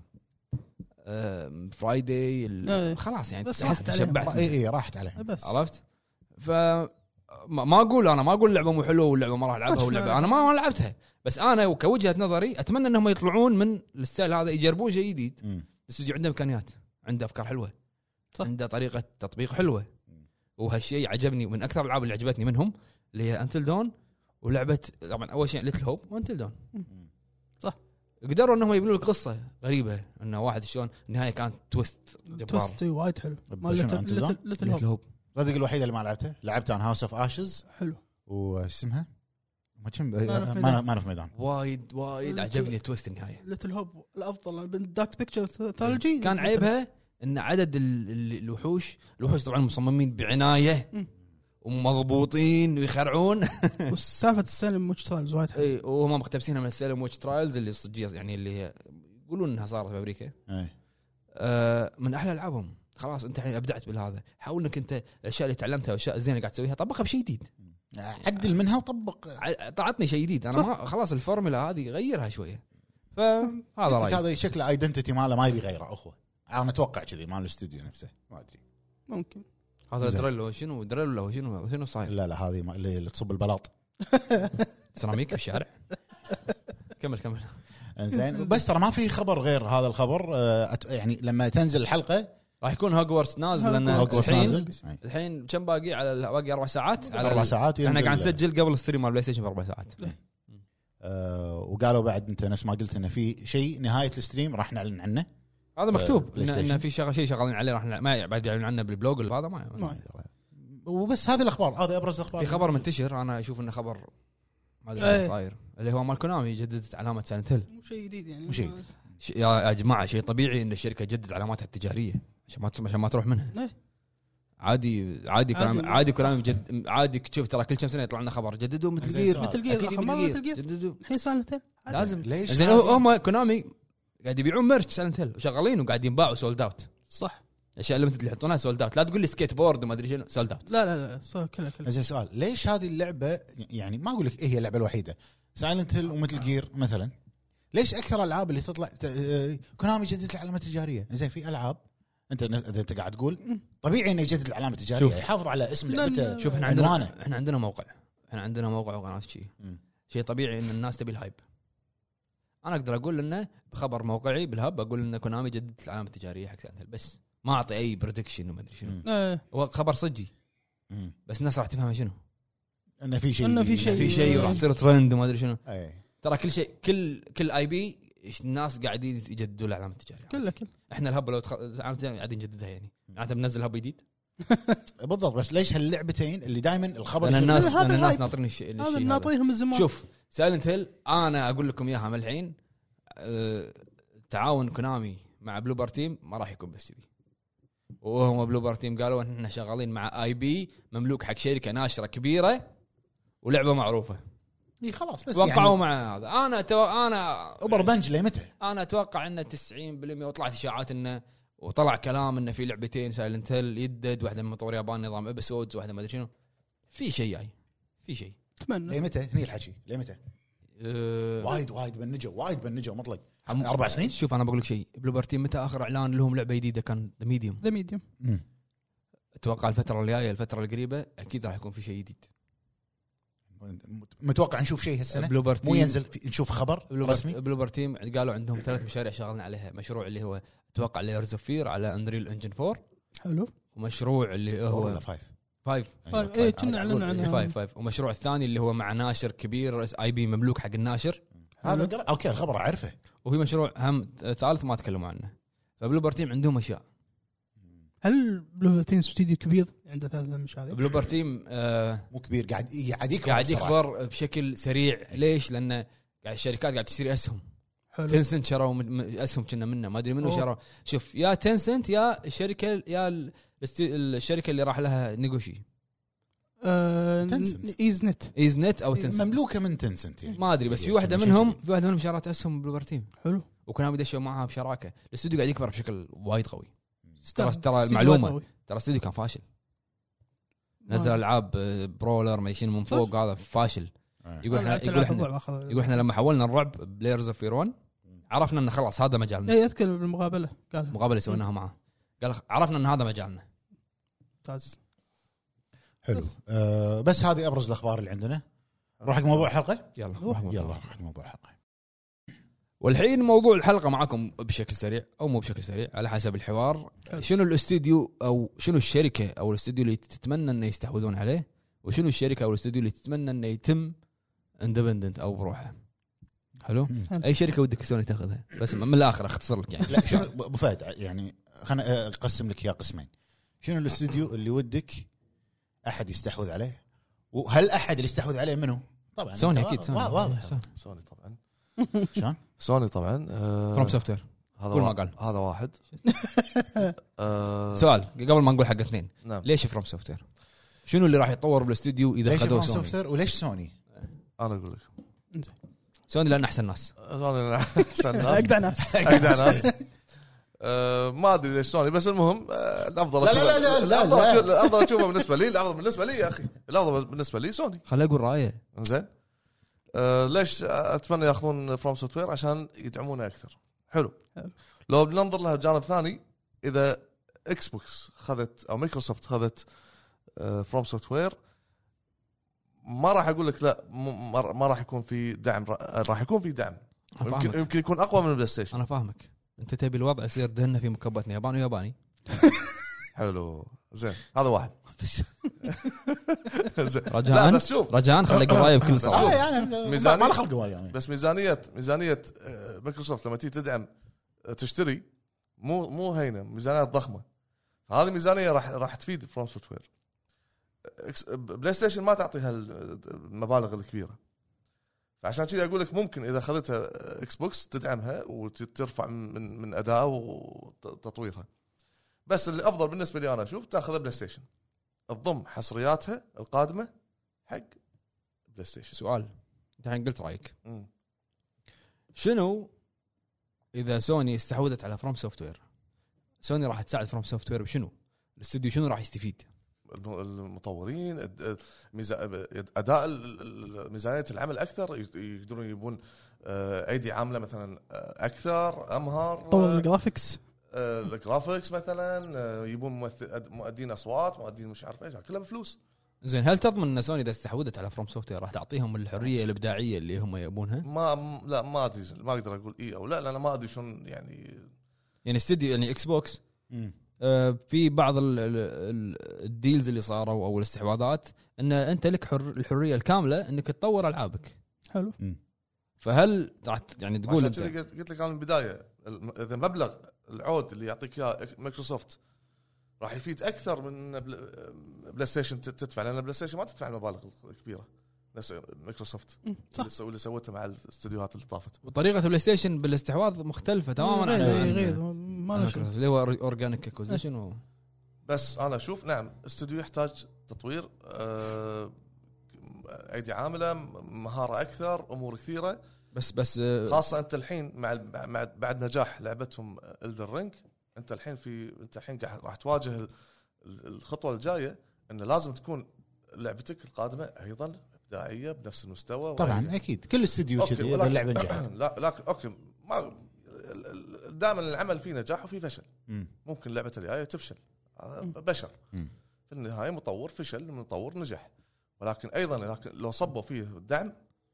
آم، فرايداي اللي إيه. خلاص يعني بس تحس راحت عليهم. تشبعت اي اي راحت عليه بس عرفت ف ما ما اقول انا ما اقول اللعبه مو حلوه واللعبه ما راح العبها واللعبه انا ما ما لعبتها بس انا كوجهه نظري اتمنى انهم يطلعون من الستايل هذا يجربون شيء جديد. مم. الاستوديو عنده امكانيات عنده افكار حلوه صح. عنده طريقه تطبيق حلوه وهالشيء عجبني من اكثر الالعاب اللي عجبتني منهم اللي هي انتل دون ولعبه طبعا اول شيء ليتل هوب وانتل دون صح. قدروا انهم يبنوا لك قصه غريبه انه واحد شلون النهايه كانت تويست جبار. توست وايد حلو. طيب شنو أنت ذا؟ ليتل ليتل هوب هوب صدق الوحيده اللي ما لعبتها لعبت انا هاوس اوف اشز حلو. وش اسمها ما كم في ميدان. ما ما في ميدان وايد وايد عجبني تويست النهايه. ليتل هوب الافضل بالدارك بيكتشر ثولوجي. كان عيبها ان عدد ال- ال- الوحوش الوحوش طبعا مصممين بعنايه مم. ومضبوطين ويخرعون وسالفه السلم موتش ترايلز وايد حلو. اي وهم مقتبسينها من السيلم ويتش ترايلز اللي صجيه يعني اللي هي يقولون انها صارت بامريكا. إيه. آه من احلى العابهم. خلاص انت الحين ابدعت بالهذا حاول انك انت الاشياء اللي تعلمتها والاشياء الزينه قاعد تسويها طبقها بشيء جديد عدل منها وطبق. ع- طعطني شيء جديد انا ما خلاص الفورمولا هذه غيرها شويه فهذا رايي. هذا شكله ايدنتيتي ماله ما يبي يغيره اخوه. انا اتوقع كذي مال الاستوديو نفسه ما ادري. ممكن هذا زين. دريل ولا شنو دريل ولا شنو شنو صاير لا لا هذه ما- اللي اللي تصب البلاط. سيراميك بالشارع. كمل كمل. انزين بس ترى ما في خبر غير هذا الخبر. آه، أت- يعني لما تنزل الحلقه راح يكون هوجورتس نازل لان هوجورتس الحين نازل. أي. الحين كم باقي على ال- باقي اربع ساعات على اربع ال- ساعات احنا ينزل- قاعد نسجل قبل الستريم مال بلاي ستيشن باربع ساعات. آه، وقالوا بعد انت نفس ما قلت انه في شيء نهايه الستريم راح نعلن عنه. هذا مكتوب بلاي ان ستيشن. إن في شغله شيء شغالين عليه راح نع- ما بعد يعلنون عنه بالبلوج ولا هذا ما, ما وبس هذه الاخبار. هذا ابرز الاخبار. في خبر منتشر انا اشوف انه خبر ما ادري إيه. شو صاير اللي هو مال كونامي جددت علامه سايلنت هيل. مو شيء جديد يعني مو شيء. ما- ش- يا يا جماعه شيء طبيعي ان الشركه تجدد علاماتها التجاريه عشان ما ت- عشان ما تروح منها. إيه. عادي عادي كونامي عادي. عادي كونامي جد عادي تشوف ترى كل كم سنه يطلع لنا خبر جددوا مثل زين جير سؤال. مثل جير أكيد أخي، ما مثل مثل جير. جددوا الحين سالنتين لازم. ليش زين هذه- هم كونامي قاعد يبيعون ميرش سايلنت هيل وشغالين وقاعد ينباعوا سولد اوت. صح. الاشياء اللي اللي يحطونها سولد اوت. لا تقول لي سكيت بورد وما ادري شنو سولد اوت. لا لا لا صار كلها كلها زين سؤال. ليش هذه اللعبه يعني ما اقول لك إيه هي اللعبه الوحيده سايلنت هيل ومثل جير مثلا ليش اكثر العاب اللي تطلع ت- آه، كونامي جددت العلامه التجاريه. زين في العاب انت اذا انت قاعد تقول طبيعي انه يجدد العلامه التجاريه شوف. يحافظ على اسم لا، لعبته. لا. شوف احنا عنوانه. عندنا احنا عندنا موقع احنا عندنا موقع وقناه شيء مم. شيء طبيعي ان الناس تبي الهايب. انا اقدر اقول انه بخبر موقعي بالهب اقول ان كونامي جددت العلامه التجاريه حق سايلنت هيل بس ما اعطي اي بريدكشن وما ادري شنو. مم. إيه. هو خبر صجي مم. بس الناس راح تفهم شنو انه في شيء إنه في شيء. في شيء وراح يصير ترند وما ادري شنو. أي. ترى كل شيء كل كل اي بي الناس قاعدين يجددوا العلامه التجاريه. كلها كلها احنا الهب لو تخ... العلامة التجارية قاعدين نجددها يعني معناته بننزل هب جديد. بالضبط. بس ليش هاللعبتين اللي دائما الخبر لان يصير- الناس هذا لان الناس الهايب. ناطرين الشيء هذا الشيء هذا. ناطريهم من زمان. شوف سايلنت هيل انا اقول لكم اياها من الحين. أه تعاون كونامي مع بلوبر تيم ما راح يكون بس كذي. وهم بلوبر تيم قالوا ان احنا شغالين مع اي بي مملوك حق شركه ناشره كبيره ولعبه معروفه. إيه خلاص بس توقعوا يعني مع هذا. انا تو... انا اوبر بنج لمتى؟ انا اتوقع انه تسعين بالمئة وطلعت اشاعات انه وطلع كلام انه في لعبتين سايلنت هيل يدد واحده من مطور يابان نظام ابيسودز واحده ما ادري شنو. في شيء جاي في شيء اتمنى لمتى؟ هني الحكي لمتى؟ أه... وايد وايد بنجوا وايد بنجوا مطلق حم- اربع سنين. شوف انا بقول لك شيء بلوبر تيم متى اخر اعلان لهم لعبه جديده كان ذا ميديوم. ذا ميديوم. مم. اتوقع الفتره الجايه الفتره القريبه اكيد راح يكون في شيء جديد. متوقع نشوف شيء هالسنه بلوبر مو تيم ينزل في- نشوف خبر بلوبر, رسمي. بلوبر تيم قالوا عندهم ثلاث مشاريع شغالين عليها. مشروع اللي هو اتوقع ليرز اوف فير على انريل انجن فور. حلو. ومشروع اللي هو ولا فايف فايف فايف. إيه، كنا أعلنوا عنها. فايف فايف ومشروع الثاني اللي هو مع ناشر كبير اي بي مملوك حق الناشر. هذا قرأ. اوكي الخبر اعرفه. وفي مشروع هم ثالث ما تكلموا عنه. فبلوبر تيم عندهم اشياء. هل بلوبر تيم استوديو كبير عنده ثلاث مشاريع؟ بلوبر تيم آه مو كبير قاعد قاعد يكبر قاعد بسرعة. يكبر بشكل سريع. ليش؟ لان قاعد الشركات قاعد تشتري اسهم. حلو. تنسنت شروا من- من- اسهم كنا منه ما ادري منو أوه. شروا. شوف يا تنسنت يا الشركه يا ال- الاست- الشركه اللي راح لها نيغوشي آه، تنسنت. ايز نت. ايز نت او تنسنت مملوكه من تنسنت يعني. ما ادري بس في واحده شيء منهم كذي. في واحده منهم شرت اسهم بلوبر تيم حلو. وكانوا يدشوا معها بشراكه. الاستوديو قاعد يكبر بشكل وايد قوي. ستار. ترى استوديو المعلومة. قوي. ترى الاستوديو كان فاشل. ما- نزل العاب آه، برولر ما يشين من فوق هذا فاشل. آه. يقول أنا احنا لعبت يقول ألعاب احنا الرعب أخذ- يقول احنا لما حولنا الرعب بلايرز اوف فيرون عرفنا ان خلاص هذا مجالنا. اي اذكر بالمقابله قالها. مقابله سويناها معه قال عرفنا ان هذا مجالنا. ممتاز. حلو. آه بس هذه ابرز الاخبار اللي عندنا. نروح حق موضوع الحلقه. يلا روح. يلا نروح حق موضوع الحلقه. والحين موضوع الحلقه معكم بشكل سريع او مو بشكل سريع على حسب الحوار. حلو. شنو الاستوديو او شنو الشركه او الاستوديو اللي تتمنى انه يستحوذون عليه وشنو الشركه او الاستوديو اللي تتمنى انه يتم اندبندنت او بروحه. حلو. مم. اي شركه ودك سوني تاخذها بس من الاخر اختصر لك يعني. لا شنو ابو فهد يعني خلنا اقسم لك يا قسمين. شنو الاستوديو اللي ودك احد يستحوذ عليه؟ وهل احد اللي يستحوذ عليه منو؟ طبعا سوني أنت اكيد وا- سوني واضح. سوني. سوني طبعا شلون؟ سوني طبعا آه، فروم سوفت وير. هذا قول ما وا- قال. هذا واحد. آه، سؤال قبل ما نقول حق اثنين نعم ليش فروم سوفت وير؟ شنو اللي راح يتطور بالاستوديو اذا ليش خذوه فروم سوني؟ سوفت وير وليش سوني؟ انا اقول لك سوني لان احسن ناس. سوني احسن ناس اقدع ناس. اجدع ناس. أه ما ادري ليش سوني، بس المهم أه الافضل لا لا لا لا لا الافضل لا. أشوف- الافضل اشوفه بالنسبه لي، الافضل بالنسبه لي يا اخي، الافضل بالنسبه لي سوني. خليني اقول رايه. زين أه ليش اتمنى ياخذون فروم سوفت وير؟ عشان يدعمونه اكثر. حلو. حلو. لو بننظر لها بجانب ثاني، اذا اكس بوكس خذت او مايكروسوفت خذت فروم سوفت وير، ما راح اقول لك لا، م- ما ما راح يكون في دعم، را- راح يكون في دعم، أنا يمكن فاهمك. يمكن يكون اقوى من البلاي ستيشن. انا فاهمك. انت تبي الوضع يصير دهنا في مكبات ياباني وياباني. حلو زين، هذا واحد. زين. لا رجاء بس شوف، رجاء خلي اقول رايه بكل بس صراحه. شوف. آه يعني ميزانية. ما له خلق قوال يعني. بس ميزانيه ميزانيه آه، مايكروسوفت لما تيجي تدعم آه، تشتري، مو مو هينه، ميزانيات ضخمه. هذه ميزانيه راح راح تفيد فروم سوفت وير. إكس- بلاي ستيشن ما تعطيها المبالغ الكبيره، فعشان كذا اقول لك ممكن اذا اخذتها اكس بوكس تدعمها وترفع من من اداء وتطويرها. بس اللي افضل بالنسبه لي انا اشوف تاخذ بلاي ستيشن، تضم حصرياتها القادمه حق بلاي ستيشن. سؤال، انت الحين قلت رايك، مم. شنو اذا سوني استحوذت على فروم سوفت وير؟ سوني راح تساعد فروم سوفت وير بشنو؟ الاستوديو شنو راح يستفيد؟ المطورين، أد- ميزا- اداء ال- ال- ميزانيه العمل اكثر، يقدرون يجيبون آه، ايدي عامله مثلا آه، اكثر، امهر، طور آه، الجرافيكس. آه، الجرافيكس مثلا، آه، يجيبون ممثل- أد- مؤدين اصوات، مؤدين مش عارف ايش، كلها بفلوس. زين، هل تضمن ان سوني اذا استحوذت على فروم سوفت وير راح تعطيهم الحريه الابداعيه اللي هم يبونها؟ ما م- لا ما ادري، ما اقدر اقول اي او لا، لان ما ادري شلون يعني. يعني استديو يعني اكس بوكس مم. آه، في بعض ال- ال- ال- الديلز اللي صاروا او الاستحواذات ان انت لك حر الحريه الكامله انك تطور العابك. حلو. فهل راح ت- يعني تقول عشان انت كذا قلت قلت لك انا من البدايه، الم- اذا مبلغ العود اللي يعطيك اياه مايكروسوفت راح يفيد اكثر من بل- بلاي ستيشن تدفع، لان بلاي ستيشن ما تدفع المبالغ الكبيره نفس مايكروسوفت مم، صح. اللي سو- اللي سوته مع الاستديوهات اللي طافت. وطريقه بلاي ستيشن بالاستحواذ مختلفه تماما عن غير عن- غير ما عن له شغل. مايكروسوفت، اللي هو اورجانيك اكوزيشن و... بس انا اشوف نعم استوديو يحتاج تطوير، آه، ايدي عامله، مهاره اكثر، امور كثيره. بس بس آه، خاصه انت الحين مع مع بعد نجاح لعبتهم الدر رينج، انت الحين في انت الحين قاعد راح تواجه ال- ال- الخطوه الجايه، انه لازم تكون لعبتك القادمه ايضا ابداعيه بنفس المستوى. طبعا اكيد كل استديو أوكي، كذي اذا ولكن- اللعبه نجحت. لا لا اوكي، ما دائما العمل فيه نجاح وفيه فشل. مم. ممكن لعبه الجايه تفشل، هذا بشر. مم. في النهايه مطور فشل، مطور نجح، ولكن ايضا لكن لو صبوا فيه دعم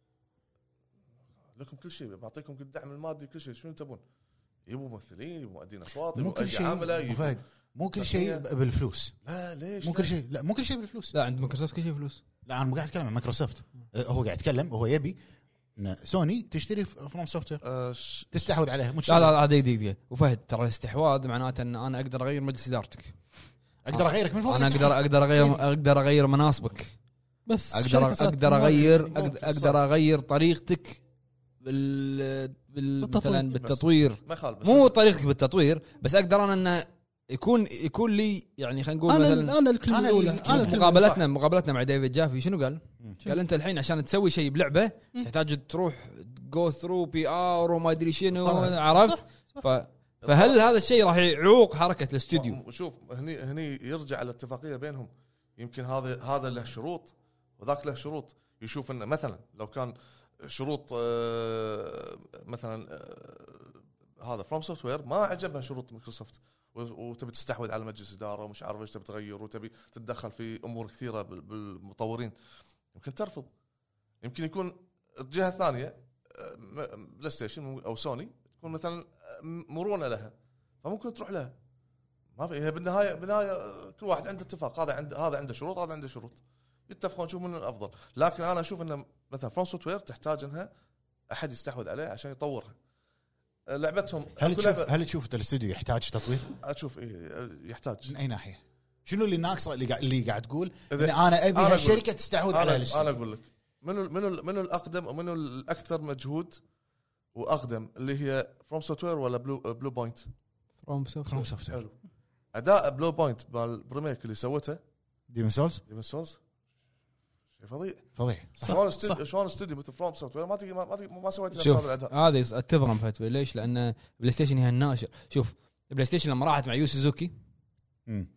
لكم كل شيء، بعطيكم كل الدعم المادي كل شيء، شنو تبون؟ يبوا ممثلين، يبوا مؤدين اصوات، مو يبوا كل ايدي شيء عامله، أبو يبوا فهد، مو كل شيء تقنية. بالفلوس. لا ليش مو لا؟ كل شيء، لا مو كل شيء بالفلوس. لا عند مايكروسوفت كل شيء فلوس. لا انا مو قاعد اتكلم عن مايكروسوفت، أه، هو قاعد يتكلم، هو يبي ان سوني تشتري فروم سوفت وير، آه ش... تستحوذ عليها. مش لا لا لا دقيقه دقيقه وفهد، ترى الاستحواذ معناته ان انا اقدر اغير مجلس ادارتك، اقدر اغيرك من فوق. انا اقدر اقدر اغير اقدر اغير مناصبك، بس اقدر شركة صارت اقدر مواقع. اغير ممكن، اقدر, صح. أقدر اغير طريقتك بال, بال... بالتطوير. مثلا بالتطوير، ما يخالف، بس مو طريقتك بالتطوير، بس اقدر انا انه يكون يكون لي يعني خلينا نقول انا مثلا انا الكلمه أنا الاولى اللي- انا الكلمة مقابلتنا مقابلتنا مع ديفيد جافي شنو قال؟ مم. قال انت الحين عشان تسوي شيء بلعبه مم. تحتاج تروح جو ثرو بي ار وما ادري شنو، طبعاً. عرفت؟ ف... فهل هذا الشيء راح يعوق حركه الاستوديو؟ م- شوف هني هني يرجع الاتفاقيه بينهم، يمكن هذا هذا له شروط وذاك له شروط. يشوف انه مثلا لو كان شروط آه، مثلا آه، هذا فروم سوفت وير ما عجبها شروط مايكروسوفت، و- وتبي تستحوذ على مجلس اداره ومش عارف ايش تبي تغير، وتبي تتدخل في امور كثيره بال- بالمطورين، يمكن ترفض. يمكن يكون الجهه الثانيه آه، م- بلاي ستيشن او سوني تكون مثلا آه، مرونه لها، فممكن تروح لها. ما في، هي بالنهايه بالنهايه آه، كل واحد عنده اتفاق، هذا عنده هذا عنده شروط، هذا عنده شروط، يتفقون شو من الافضل. لكن انا اشوف ان مثلا فروم سوفت وير تحتاج انها احد يستحوذ عليه عشان يطورها. آه، لعبتهم هل كل تشوف لعبة- هل تشوف الاستوديو يحتاج تطوير اشوف ايه يحتاج. من اي ناحيه؟ شنو اللي ناقصه اللي قاعد اللي قاعد تقول ان إذا- انا ابي أنا هالشركه تستحوذ على انا الاستوديو؟ انا اقول لك منو منو منو الاقدم ومنو الاكثر مجهود واقدم، اللي هي فروم سوفت وير ولا بلو بلو بوينت؟ فروم سوفت فروم سوفت وير. حلو. اداء بلو بوينت بالبريميك اللي سوته ديمون سولز ديمون سولز شيء فظيع. فظيع. شلون استوديو شلون استوديو مثل فروم سوفت وير ما تقي ما, ما, ما سويت نفس شوف هذا الاداء. هذا اتفق مع فتوى، ليش؟ لان بلاي ستيشن هي الناشر. شوف البلاي ستيشن لما راحت مع يو سوزوكي مم.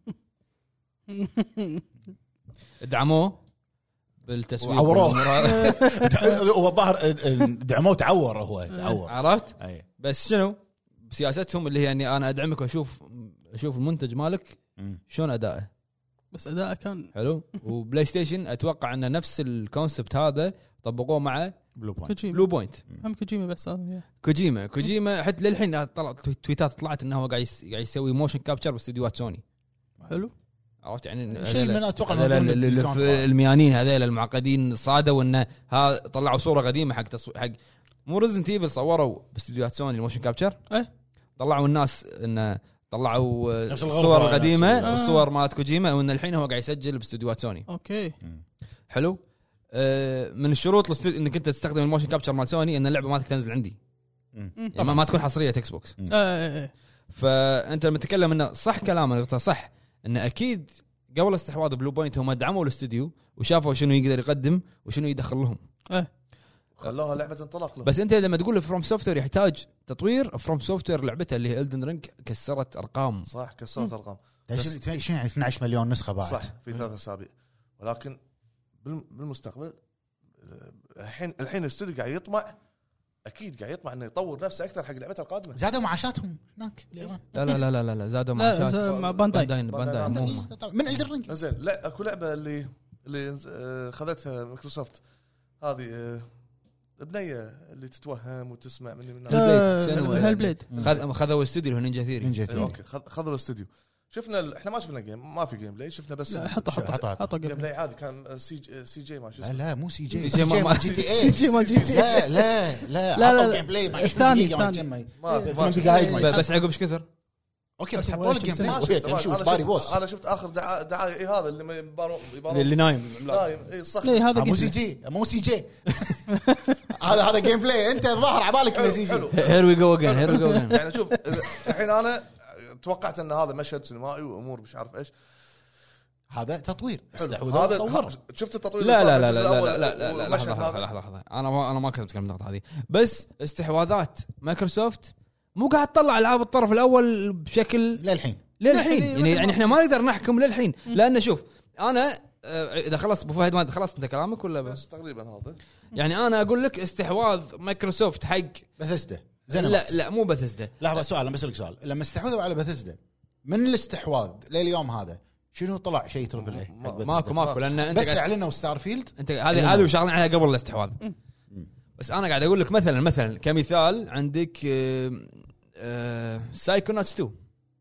دعموه بالتسويق وعوروه. والأمور. هو الظاهر دعموه تعور هو تعور. عرفت اي بس شنو بسياستهم اللي هي اني انا ادعمك واشوف اشوف المنتج مالك مم. شلون اداءه بس اداءه كان حلو. وبلاي ستيشن اتوقع ان نفس الكونسبت هذا طبقوه مع بلو بوينت. كوجيما بلو بوينت. هم كوجيما بس هذا كوجيما كوجيما حتى للحين طلع تويتات طلعت انه هو قاعد يس- قاعد يسوي موشن كابتشر باستديوهات سوني. حلو. عرفت يعني شيء من اتوقع هذول إنه ال- ال- كان ال- الميانين هذول المعقدين صادوا انه ها طلعوا صوره قديمه حق تصوير حق مو ريزنت ايفل صوروا باستديوهات سوني الموشن كابتشر. إيه. طلعوا الناس انه طلعوا آه، نفس الغرفة، الصور نفس القديمه الغرفة. والصور مالت كوجيما وان الحين هو قاعد يسجل باستديوهات سوني. اوكي. حلو. آه، من الشروط الاست- انك انت تستخدم الموشن كابتشر مال سوني ان اللعبه مالتك تنزل عندي مم. يعني ما- ما تكون حصريه اكس بوكس. آه، آه، آه. فانت لما تتكلم انه صح كلامك صح انه اكيد قبل استحواذ بلو بوينت هم دعموا الاستوديو وشافوا شنو يقدر يقدم وشنو يدخل لهم. خلوها لعبه انطلاق له. بس انت لما تقول فروم سوفتوير يحتاج تطوير فروم سوفتوير لعبتها اللي هي إلدن رينج كسرت ارقام. صح كسرت ارقام شنو شنو يعني اثنا عشر مليون نسخه باعت. صح في ثلاث اسابيع. ولكن بالم- بالمستقبل آه، الحين الحين الاستوديو قاعد يطمع اكيد قاعد يطمع انه يطور نفسه اكثر حق لعبته القادمه. زادوا معاشاتهم هناك باليابان. لا لا لا لا لا, لا زادوا لا معاشات ز- مع بانداي. بانداي بانداي مو هم. من الدرينج زين لا اكو لعبه اللي اللي آه، خذتها مايكروسوفت هذه آه، البنيه اللي تتوهم وتسمع من من آه، سنو. هيل بليد. خذ خذوا استوديو اللي هو نينجا ثيري. نينجا إيه، ثيري. اوكي خذ- خذوا الاستوديو. شفنا ال- احنا ما شفنا جيم ما في جيم بلاي شفنا بس لا، حطه شو- حطه حطه- حطه جيم قبل. بلاي عادي كان سي جي, سي جي ما شو لا اسمه لا مو سي جي سي سي جي جي ما- مال جي تي سي اي. جي مال جي تي لا لا لا لا، لا، حطوا لا. جيم بلاي مع الثاني، دقيقة ما الثاني. كم- ما في- ثمان ما شفت. دقائق ما ب- بس عقب ايش كثر؟ اوكي بس بس حطوا هو لك جيم كم بلاي ما وهي شفت. تمشي أنا وتباري شفت- بوس. انا شفت اخر دعايه دعايه إيه هذا اللي يبارون يبارون اللي نايم نايم اي صح إيه، هذا آه، مو سي جيم جي مو سي جي هذا هذا جيم بلاي انت الظاهر على بالك انه سي جي. حلو. هير وي جو اجين هير وي جو اجين. يعني شوف إذا- الحين انا توقعت ان هذا مشهد سينمائي وامور مش عارف ايش. هذا تطوير حلو. استحوذوا هذا وطوروا. شفت التطوير لا اللي لا صار لا بالجزء لا الأول لا لا لا لا والمشهد لحظة هذا؟ لحظة لحظة انا ما انا ما كنت اتكلم النقطة هذه بس استحواذات مايكروسوفت مو قاعد تطلع العاب الطرف الاول بشكل للحين للحين للحين. يعني يعني احنا ما نقدر نحكم للحين لان شوف انا آه، اذا خلص ابو فهد ما خلصت انت كلامك ولا بس بس تقريبا هذا يعني انا اقول لك استحواذ مايكروسوفت حق بثزدا لا لا مو بثزدا لحظه سؤال انا بسالك سؤال لما استحوذوا على بثزدا من الاستحواذ لليوم هذا شنو طلع شيء تربل اي ما- ماكو ماكو لان انت بس قاعد اعلنوا ستار فيلد انت هذه هذه وشغالين عليها قبل الاستحواذ بس انا قاعد اقول لك مثلا مثلا كمثال عندك آه، آه، سايكوناتس تو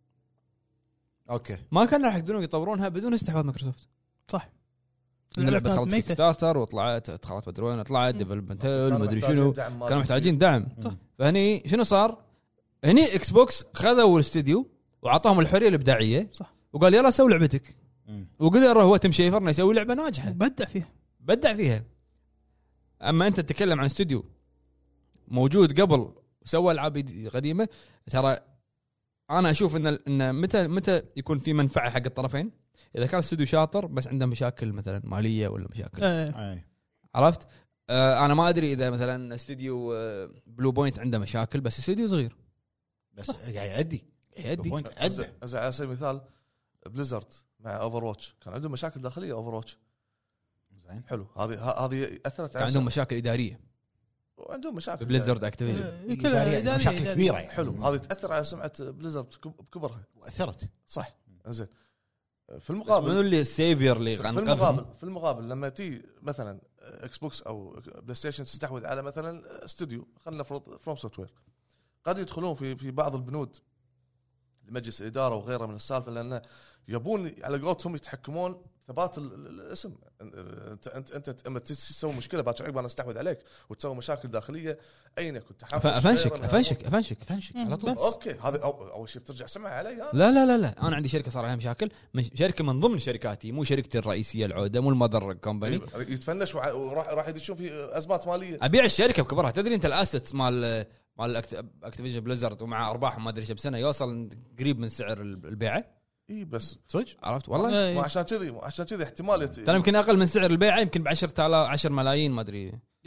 اوكي ما كان راح يقدرون يطورونها بدون استحواذ مايكروسوفت صح. اللعبه اللعبة دخلت كانت كيك ميتة. ستارتر وطلعت دخلت مدري وين طلعت ديفلوبمنت هيل كانوا مدري محتاجين شنو دعم مالي. كانوا محتاجين دعم صح. فهني شنو صار هني اكس بوكس خذوا الاستديو وعطاهم الحريه الابداعيه صح. وقال يلا سوي لعبتك مم. وقدر هو تيم شيفر انه يسوي لعبه ناجحه بدع فيها. بدع فيها اما انت تتكلم عن استوديو موجود قبل وسوى العاب قديمه ترى انا اشوف ان ان متى متى يكون في منفعه حق الطرفين اذا كان استوديو شاطر بس عنده مشاكل مثلا ماليه ولا مشاكل آه. اي عرفت آه انا ما ادري اذا مثلا استوديو آه بلو بوينت عنده مشاكل بس استوديو صغير بس قاعد يأدي يدي بوينت ادى زين زين على سبيل المثال بليزرد مع اوفر واتش كان عندهم مشاكل داخليه اوفر واتش زين حلو هذه ه- هذه اثرت كان عندهم مشاكل اداريه وعندهم مشاكل بليزرد اكتيفيجن آه، إدارية، كلها إدارية- مشاكل إدارية. كبيره يعني. حلو هذه تاثر على سمعه بليزرد بكبرها واثرت صح زين في بس المقابل منو اللي السيفير اللي في انقذهم المقابل في المقابل لما تي مثلا اكس بوكس او بلاي ستيشن تستحوذ على مثلا استوديو خلينا نفرض فروم سوفت وير قد يدخلون في في بعض البنود لمجلس الاداره وغيره من السالفه لان يبون على قولتهم يتحكمون ثبات ال- ال- الاسم انت انت انت اما تسوي مشكله باكر عقب انا استحوذ عليك وتسوي مشاكل داخليه اين يكون تحفظ افنشك افنشك افنشك فنشك مم، على طول بس. اوكي هذا أو- اول شيء بترجع سمعه علي أنا. لا لا لا لا انا عندي شركه صار عليها مشاكل من شركه من ضمن شركاتي مو شركتي الرئيسيه العوده مو المذر كومباني يتفنش وع- وراح راح يدشون في ازمات ماليه ابيع الشركه بكبرها تدري انت الاسيتس مال مال اكتيفيجن بليزرد ومع ارباحهم ما ادري ايش بسنه يوصل قريب من سعر البيعه اي بس صدق عرفت والله آه، مو عشان كذي مو عشان كذي احتمال يت- ترى يمكن اقل من سعر البيعه يمكن ب عشرة آلاف عشرة ملايين ما ادري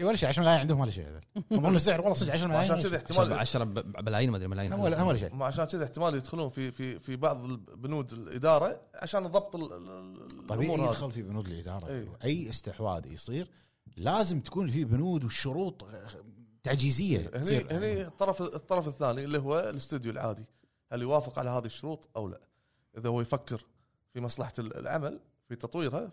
اي ولا شيء عشرة ملايين عندهم ولا شيء هذا اظن السعر والله صدق عشرة ملايين عشان كذا احتمال عشرة ملايين ما ادري ملايين ولا ولا شيء ما عشان كذا احتمال يدخلون في في في بعض البنود الاداره عشان ضبط ال- ال- طبيعي الامور هذه. يدخل في بنود الاداره أي. اي استحواذ يصير لازم تكون في بنود والشروط تعجيزيه هني تصير. هني الطرف الطرف الثاني اللي هو الاستوديو العادي هل يوافق على هذه الشروط او لا؟ اذا هو يفكر في مصلحه العمل في تطويرها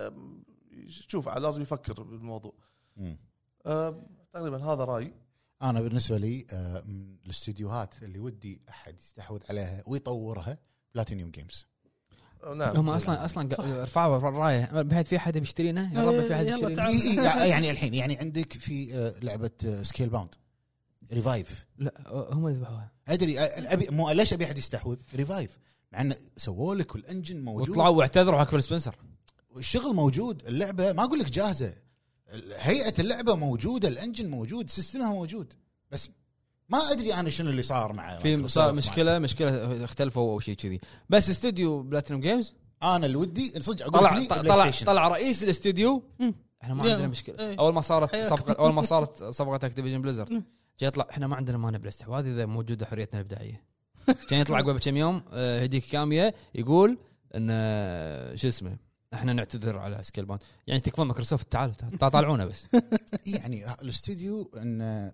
فشوف لازم يفكر بالموضوع. مم. أه تقريبا هذا رايي. انا بالنسبه لي آه، من الاستديوهات اللي ودي احد يستحوذ عليها ويطورها بلاتينيوم جيمز. أه نعم هم اصلا اصلا رفعوا الرايه بحيث في احد بيشترينا يا رب في احد يلا يشترينا تعال. إي- إي، يعني الحين يعني عندك في آه، لعبه سكيل باوند ريفايف لا هم يذبحوها ادري آه، ابي مو ليش ابي احد يستحوذ ريفايف مع انه سووا لك والانجن موجود وطلعوا واعتذروا حق فيل سبنسر. الشغل موجود اللعبه ما اقول لك جاهزه هيئه اللعبه موجوده الانجن موجود سيستمها موجود بس ما ادري انا شنو اللي صار مع في مايكروسوفت صار مشكله مشكله اختلفوا او شيء كذي بس استوديو بلاتينوم جيمز مع. انا اللي ودي صدق اقول طلع لك طلع طلع رئيس الاستوديو مم. احنا ما يلا. عندنا مشكله إيه. اول ما صارت حياك. صفقه اول ما صارت صفقه اكتيفيجن بليزرد مم. جاي يطلع احنا ما عندنا مانع بالاستحواذ اذا موجوده حريتنا الابداعيه. كان يطلع قبل كم يوم آه، هديك كاميه يقول ان آه، شو اسمه احنا نعتذر على سكيل باوند يعني تكفون مايكروسوفت تعالوا تعالوا طالعونا بس. يعني الاستوديو ان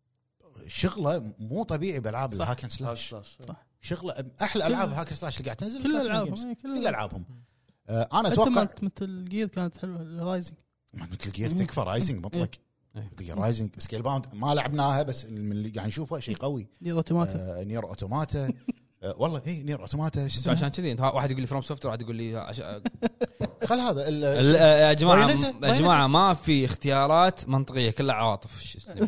شغله مو طبيعي بالعاب الهاكن سلاش سلاش. شغله احلى العاب هاكن سلاش اللي قاعد تنزل كل Platinum العابهم Games. إيه، كل العابهم آه، انا حتى اتوقع مالت مثل جير كانت حلوه الرايزنج. مثل جير تكفى رايزنج مطلق إيه. رايزنج سكيل باوند ما لعبناها بس من اللي قاعد نشوفه شيء قوي. جير اوتوماتا. آه، نير اوتوماتا آه، والله اي نير اوتوماتا شو اسمه عشان كذي انت واحد يقول لي فروم سوفت واحد يقول لي عش... خل هذا ال- ال- يا جماعه بايونيتا- يا جماعه ما في اختيارات منطقيه كلها عواطف. شو اسمه؟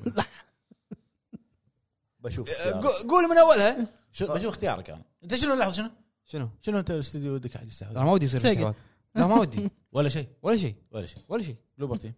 بشوف اختيارك. قو- قول من اولها شو- بشوف اختيارك انا انت شنو لحظه شنو شنو؟ شنو انت الاستوديو ودك احد يستحوذ انا ما ودي يصير في سيجا. استحواذ. لا ما ودي ولا شيء ولا شيء ولا شيء ولا شيء. بلوبر تيم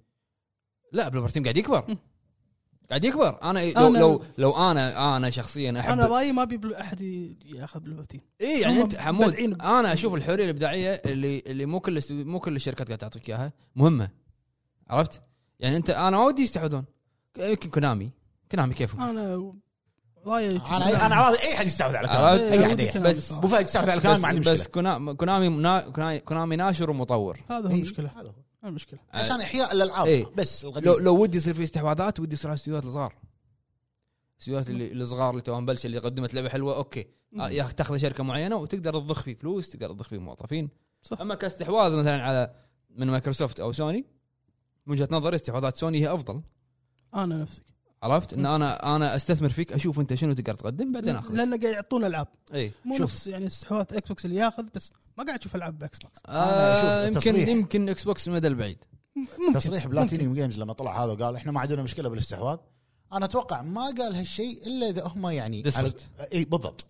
لا بلوبر تيم قاعد يكبر قاعد يكبر. انا لو أنا- لو لو انا انا شخصيا احب انا رايي ما بي احد ياخذ بالبتين. اي يعني هم انت حمود بادعين. انا اشوف الحريه الابداعيه اللي اللي مو كل الاستوديو- مو كل الشركات قاعد تعطيك اياها مهمه. عرفت يعني انت انا ما ودي يستحوذون يمكن كونامي كونامي كيفهم انا رايي انا انا راضي اي حد يستحوذ على عرفت؟ كلام اي احد ودي أي أحد. كلام بس- صراحة. ابو فهد يستحوذ على كلام ما عندي بس مشكله كونا- كونامي منا- كونامي- كونامي ناشر ومطور. هذا هو إي، المشكله. هذا هو هذا المشكله. عشان احياء الالعاب إيه. بس لو القديم لو ودي يصير في استحواذات ودي يصير على الاستديوهات الصغار. الاستديوهات اللي الصغار اللي تو مبلشه اللي قدمت لعبه حلوه اوكي آه، يا أخي تاخذ شركه معينه وتقدر تضخ فيه فلوس تقدر تضخ فيه موظفين. صح. اما كاستحواذ مثلا على من مايكروسوفت او سوني من وجهه نظري استحواذات سوني هي افضل. انا نفسك عرفت ان انا انا استثمر فيك اشوف انت شنو تقدر تقدم بعدين اخذ. لان قاعد يعطونا العاب اي مو شوف. نفس يعني استحواذ اكس بوكس اللي ياخذ بس ما قاعد اشوف العاب باكس بوكس. أنا آه أشوف يمكن التصريح. يمكن اكس بوكس المدى البعيد. ممكن. تصريح بلاتينيوم جيمز لما طلع هذا وقال احنا ما عندنا مشكله بالاستحواذ انا اتوقع ما قال هالشيء الا اذا هم يعني Desperate. اي بالضبط.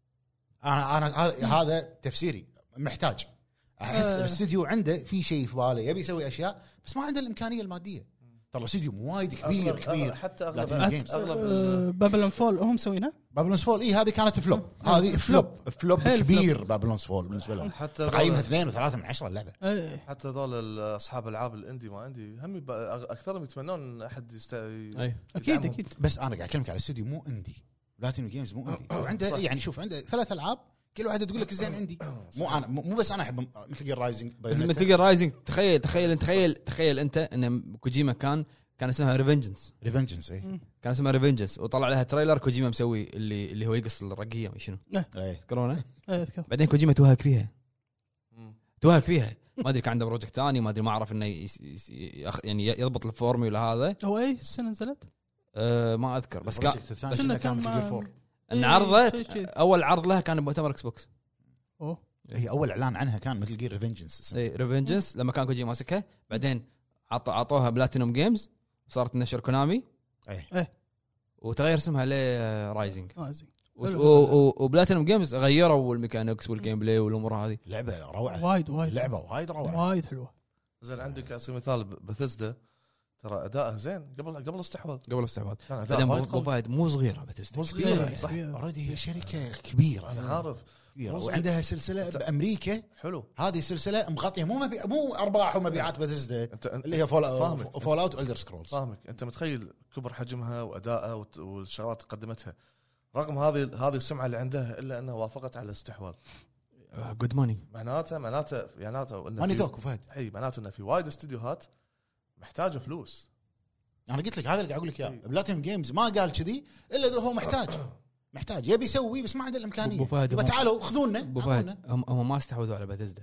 انا انا هذا- هذا تفسيري محتاج احس آه. الاستوديو عنده في شيء في باله يبي يسوي اشياء بس ما عنده الامكانيه الماديه. ترى الاستوديو مو وايد كبير أغلب- كبير حتى Platinum اغلب Games. اغلب آه، بابلون فول هم مسوينها. بابلونز فول اي هذه كانت فلوب هذه فلوب فلوب حيل كبير بابلونز فول بالنسبه لهم حتى تقييمها ذول- اثنين وثلاثة من عشرة اللعبه. ايه حتى ذول اصحاب العاب الاندي ما عندي هم يب- اكثرهم يتمنون ان احد يست... اي اكيد يدعمهم. اكيد. بس انا قاعد اكلمك على استوديو مو اندي بلاتينيوم جيمز مو اندي وعنده صح. يعني شوف عنده ثلاث العاب كل واحده تقول لك زين عندي مو انا مو بس انا احب مثل جير رايزنج لما تلقى رايزنج تخيل تخيل انت تخيل تخيل انت ان كوجيما كان كان اسمها ريفنجنس ريفنجنس اي كان اسمها ريفنجنس وطلع لها تريلر كوجيما مسوي اللي اللي هو يقص الرقيه ما شنو اي تذكرونه. ايه اذكر. بعدين كوجيما توهك فيها مم. توهك فيها ما ادري كان عنده بروجكت ثاني ما ادري ما اعرف انه يس يس يأخ- يعني يضبط الفورمولا هذا هو اي السنه نزلت؟ أه ما اذكر بس كان البروجكت الثاني بس كان إنه كان مثل مع- جير فور. ان إيه، عرضت شيء كذي. اول عرض لها كان بمؤتمر اكس بوكس. اوه هي اول اعلان عنها كان مثل جير ريفنجنس اي ريفنجنس لما كان كوجيما ماسكها بعدين عط- عطوها بلاتينوم جيمز وصارت تنشر كونامي اي وتغير اسمها لرايزنج اه زين. وبلاتينوم جيمز غيروا الميكانكس والجيم بلاي والامور هذه. لعبه روعه وايد وايد لعبه وايد روعه. وايد حلوه. زين عندك على سبيل المثال بثزدا ترى اداءه زين قبل قبل الاستحواذ قبل الاستحواذ. كان اداء بعدين وايد ابو قوي. فهد مو صغيره بتست مو صغيره صح. صح اوريدي هي شركه كبيره انا عارف كبيره مو وعندها سلسله بامريكا. حلو. هذه السلسله مغطيه مو مبي... مو ارباح ومبيعات بثزدا انت انت اللي هي فول فاهمك. فول اوت والدر سكرولز. فاهمك انت متخيل كبر حجمها وادائها وت- والشغلات اللي قدمتها رغم هذه هذه السمعه اللي عندها الا انها وافقت على الاستحواذ. جود ماني. معناته معناته معناته انه ماني في- ذوق وفهد. اي معناته انه في وايد استديوهات محتاجه فلوس. انا قلت لك هذا اللي قاعد اقول لك اياه. إيه. بلاتينيوم جيمز ما قال كذي الا اذا هو محتاج محتاج يبي يسوي بس ما عنده الامكانيه. أبو فهد يبقى هم- تعالوا خذونا ابو أعطونا. فهد هم هم ما استحوذوا على بثزدا.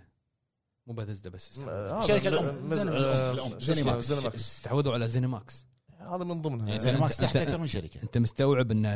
مو بثزدا بس استحوذوا. هذا شركة ز- الأم. مز- زينماكس. آه، الأم. شو اسمه؟ زينماكس. زينماكس. استحوذوا على زينماكس. هذا من ضمنها يعني يعني. أنت- ماكس تحت أنت- اكثر من شركه. انت مستوعب ان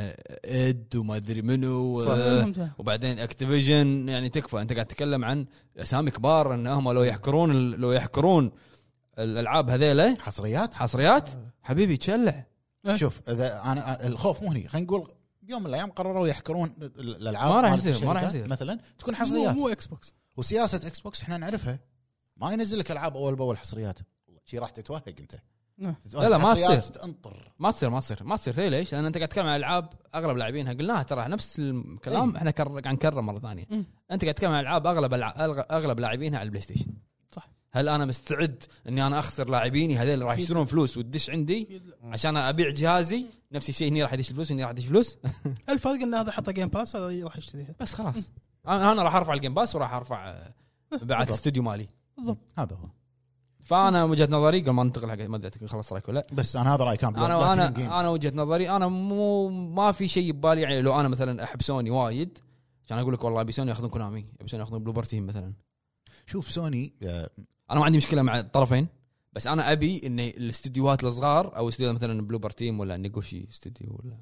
اد وما ادري منو صح. آه، وبعدين اكتيفيجن يعني تكفى. انت قاعد تتكلم عن اسامي كبار ان هم لو يحكرون ال- لو يحكرون الالعاب هذيله حصريات. حصريات حبيبي تشلع. شوف اذا انا الخوف مو هني. خلينا نقول بيوم من الايام قرروا يحكرون الالعاب ما راح مالت يصير، ما راح الشركات يصير. مثلا تكون مو, حصريات. مو اكس بوكس. وسياسه اكس بوكس احنا نعرفها ما ينزل لك العاب اول باول حصريات. شي راح تتوهق انت. نعم. تتوهق. لا لا، ما حصريات تصير. تنطر. ما تصير ما تصير ما تصير ثاني. ليش؟ لان انت قاعد تتكلم عن العاب اغلب لاعبينها قلناها ترى نفس الكلام. احنا كر... قاعد نكرر مره ثانيه. مم. انت قاعد تتكلم عن العاب اغلب الع... أغ- اغلب لاعبينها على البلاي ستيشن. صح. هل انا مستعد اني انا اخسر لاعبيني هذول اللي راح أكيد. يشترون فلوس وتدش عندي أكيد لا. عشان ابيع جهازي؟ نفس الشيء هني راح يدش فلوس هني راح يدش فلوس. الفرق ان هذا حطه جيم باس هذا راح يشتريها. بس خلاص انا انا راح ارفع الجيم باس وراح ارفع آه، مبيعات بالضبط. الاستوديو مالي. هذا هو. فانا وجهه نظري قبل ما ننتقل حق ما ادري خلص رايك ولا بس انا هذا رايي كان. انا انا Platinum Games. انا وجهه نظري انا مو ما في شيء ببالي. يعني لو انا مثلا احب سوني وايد عشان اقول لك والله ابي سوني ياخذون كونامي ابي سوني ياخذون بلوبر تيم مثلا. شوف سوني آه، انا ما عندي مشكله مع الطرفين بس انا ابي ان الاستديوهات الصغار او استديو مثلا بلوبر تيم ولا نيغوشي استوديو ولا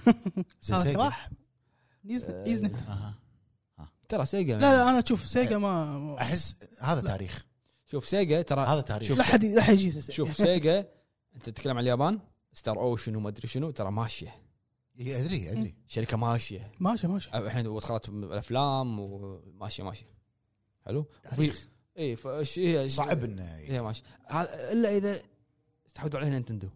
زي هذا سيجا. راح يزنت يزنت. أها. ترى سيجا. لا لا انا اشوف سيجا ما احس هذا تاريخ. شوف سيجا ترى هذا تاريخ. شوف لا حد لا حد يجي سيجا. شوف سيجا انت تتكلم عن اليابان ستار اوشن وما ادري شنو ترى ماشيه إيه، ادري ادري. شركه ماشيه ماشي ماشي. الحين ودخلت الافلام وماشيه ماشيه حلو. تاريخ. اي فشيء صعب انه هي ماشي هذا الا اذا استحوذوا عليه نينتندو.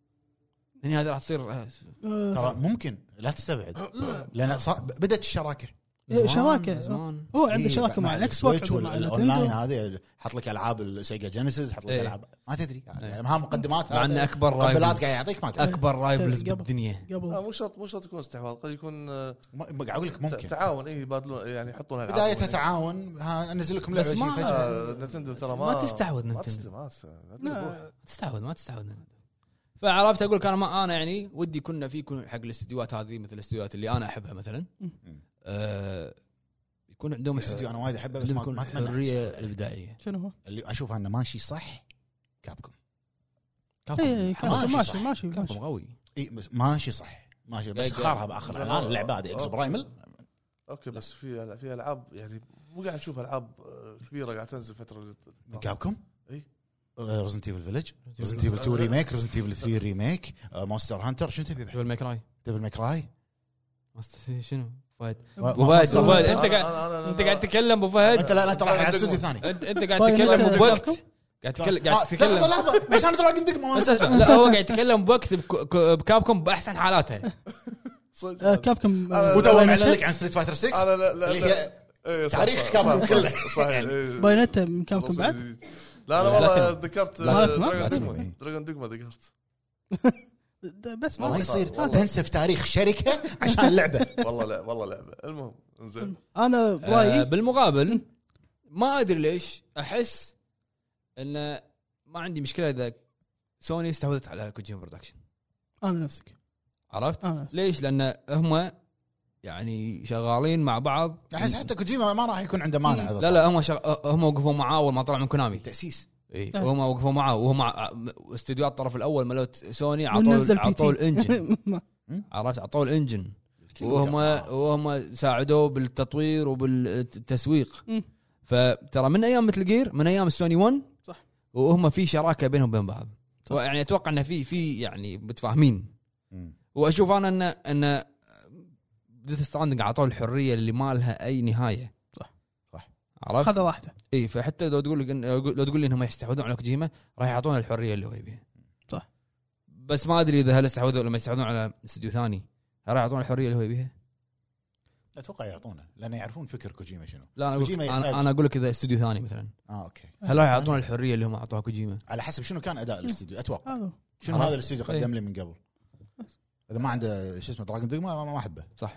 هني هذا راح تصير آه، ترى ممكن لا تستبعد لان صار- بدات الشراكه. إيه، زمان- شراكة. زمان. هو عنده إيه، شراكه مع الاكس السويتش بوكس مع والاونلاين النينتندو. هذا حط لك العاب السيجا جينيسيس حط لك إيه. العاب ما تدري إيه. ها مقدمات مع ان اكبر مقبلات رايفلز قاعد يعطيك ما تدري. اكبر رايفلز قبل. بالدنيا. لا قبل مو شرط مو شرط يكون استحواذ قد يكون آه، ما- قاعد اقول لك ت- ممكن تعاون اي يبادلون يعني يحطون ألعاب بدايتها يعني. تعاون ها انزل لكم بس لعبه ما- شي فجاه. آه، نتندو ترى ما ما تستحوذ ما نينتندو. تست- ما تست- لا لا تروح. تستحوذ ما تستحوذ. فعرفت اقول لك انا ما انا يعني ودي كنا في يكون حق الاستديوهات هذه مثل الاستديوهات اللي انا احبها مثلا آه يكون عندهم استوديو انا وايد احبه بس عندهم ما يكون ما اتمنى الحريه الابداعيه. شنو هو؟ اللي اشوف انه ماشي صح كابكم. ايه كابكم ماشي ماشي ماشي صح. ماشي, كابكم ماشي. قوي. اي بس ماشي صح ماشي بس قاعد- خارها باخر زين. اعلان اللعبه هذه اكس أوكي. برايمل. اوكي بس في في العاب يعني مو قاعد نشوف العاب آه، كبيره قاعد تنزل فتره اللي- من كابكم إي. ريزنت ايفل فيلج ريزنت ايفل تو ريميك ريزنت ايفل ثري ريميك مونستر هانتر شنو تبي بعد ديفل ماي كراي ديفل ماكراي شنو فهد ما- ابو فهد ما- أبو فهد ما- انت قاعد انت قاعد تتكلم ابو فهد انت لا لا انت رايح على الاستوديو الثاني. انت انت قاعد طيب، تتكلم أنت- بوقت قاعد تتكلم قاعد آه، تتكلم لحظه لحظه عشان دراجون دقمه بس اسمع لا هو قاعد يتكلم بوقت بك- بكابكم باحسن حالاتها. صدق. آه، كابكم أنا- وتو معلن بايونيتا لك عن ستريت فايتر ستة انا لا لا اللي لا. هي إيه، صح، تاريخ صح، كابكم صح، كله. صح، صحيح إيه. بايونيتا من كابكم بعد. لا لا والله بلاتينوم. ذكرت بلاتينوم؟ دراجون بلاتينوم، دوغما إيه. دراجون دوغما ذكرت بس ما والله يصير والله. تنسف تاريخ شركه عشان لعبه. والله لا والله لعبه المهم انزين انا آه، برايي بالمقابل ما ادري ليش احس انه ما عندي مشكله اذا سوني استحوذت على كوجيما برودكشن. انا نفسك عرفت انا ليش؟ لان هم يعني شغالين مع بعض. احس حتى كوجيما ما راح يكون عنده مانع. لا لا هم شغ... هم وقفوا معاه اول ما طلع من كونامي. تاسيس. اي آه. وهم وقفوا معاه وهم ع- استديوهات الطرف الاول ملوت سوني عطوا ونزل بي عطوا تي. الانجن. عرفت عطوا الانجن وهم وهم ساعدوه بالتطوير وبالتسويق. مم. فترى من ايام مثل جير من ايام السوني واحد صح. وهم في شراكه بينهم وبين بعض. صح. يعني اتوقع انه في في يعني متفاهمين. مم. واشوف انا ان ان ديث ستراندنج اعطوه الحريه اللي ما لها اي نهايه. صح. صح. عرفت خذ راحته. اي فحتى لو تقول لك لو تقول لي انهم يستحوذون على كوجيما راح يعطونا الحريه اللي هو يبيها. صح. بس ما ادري اذا هل استحوذوا ولا ما يستحوذون على استوديو ثاني، هل راح يعطون الحريه اللي هو يبيها؟ اتوقع يعطونه لانه يعرفون فكر كوجيما شنو. لا انا اقول كوجيما يحتاج- انا, أنا اقول لك اذا استوديو ثاني مثلا اه اوكي، هل راح يعطون الحريه اللي هم اعطوها كوجيما؟ على حسب شنو كان اداء الاستوديو اتوقع. هذا شنو آه. هذا الاستوديو إيه. قدم لي من قبل. اذا ما عنده شو اسمه دراجون دوغما ما, ما احبه. صح.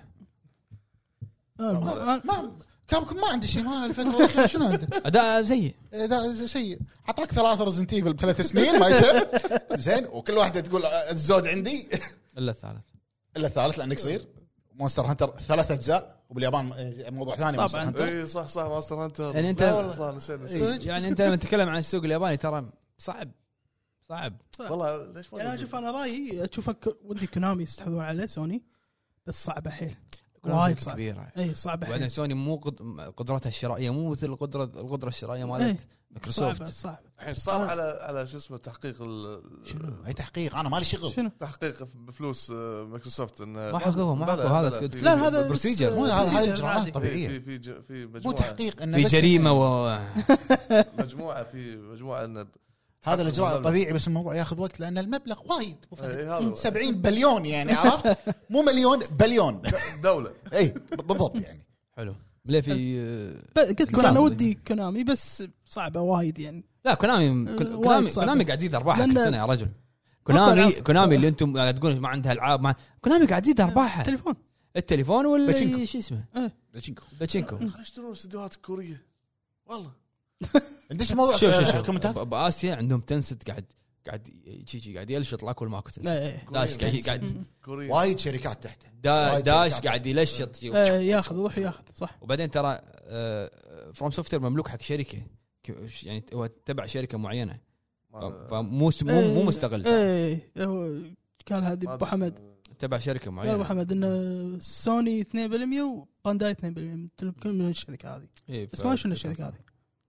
آه، ما, ما كابكم ما عنده شيء، ما الفتره الاخيره شنو عنده؟ اداء سيء. ده شيء اعطاك ثلاث ريزنت ايفل بثلاث سنين ما يصير زين، وكل واحده تقول الزود عندي الا الثالث. الا الثالث لانه قصير. مونستر هانتر ثلاث اجزاء وباليابان موضوع ثاني. طبعاً. مونستر هانتر. اي صح صح ماستر هانتر. يعني أنت- لا والله صح نسيت نسيت. إيه، يعني انت لما تتكلم عن السوق الياباني ترى صعب صعب. والله ليش ما يعني انا اشوف انا رايي اشوف ك- ودي كونامي يستحوذون عليه سوني، بس صعبه حيل وايد صعب. كبيره. اي صعبه وبعدين حيل سوني مو قد- قدرتها الشرائيه مو مثل القدره القدره الشرائيه إيه. مالت صعبه مايكروسوفت. صعبه الحين صار على على شو اسمه تحقيق ال- شنو اي تحقيق؟ انا مالي شغل. شنو؟ تحقيق بفلوس آه، مايكروسوفت انه ما حققوه ما بلا- حققوه بلا، هذا في- لا هذا بروسيجر. مو هذا هذه بروسيجر اجراءات عادي. طبيعيه، في في ج- في مو مجموعه تحقيق انه في بس جريمه إنه- و مجموعه في مجموعه انه هذا الاجراء المبلغ. الطبيعي، بس الموضوع ياخذ وقت لان المبلغ وايد أبو فهد. إيه، هذا هو. سبعين بليون يعني عرفت؟ مو مليون بليون. دوله. اي بالضبط يعني. حلو. ليه في ب- قلت لك كونامي. انا ودي كونامي بس صعبه وايد يعني. لا كونامي أه، كونامي وايد صعبة. كونامي قاعد يزيد ارباحها كل لأن- سنه يا رجل. كونامي ألعاب. كونامي اللي انتم قاعد تقولون ما عندها العاب ما كونامي قاعد يزيد ارباحها. تليفون التليفون ولا باتشينكو. شو اسمه باتشينكو. باتشينكو. خلينا يشترون استديوهات كوريه والله. ندش موضوع شوف شوف شوف كومنتات. ب- باسيا عندهم تنست قاعد قاعد يجي قاعد يلشط لك ولا ماكو تنست. لا إيه. داش قاعد قاعد كوريه وايد شركات تحته. دا وايد داش شركات. قاعد يلشط. إيه، ياخذ يروح ياخذ صح. وبعدين ترى فروم سوفت وير مملوك حق شركه ك- يعني هو تبع شركه معينه ف- ما- فمو س- مو مو مستقل ترى. ايه هو قال هذه ما- ابو حمد تبع شركه قال ابو معينه. حمد ان سوني اثنين بالمئة وبانداي اثنين بالمئة من كل من الشركه هذه. إيه، بس ف- ما شنو الشركه هذه.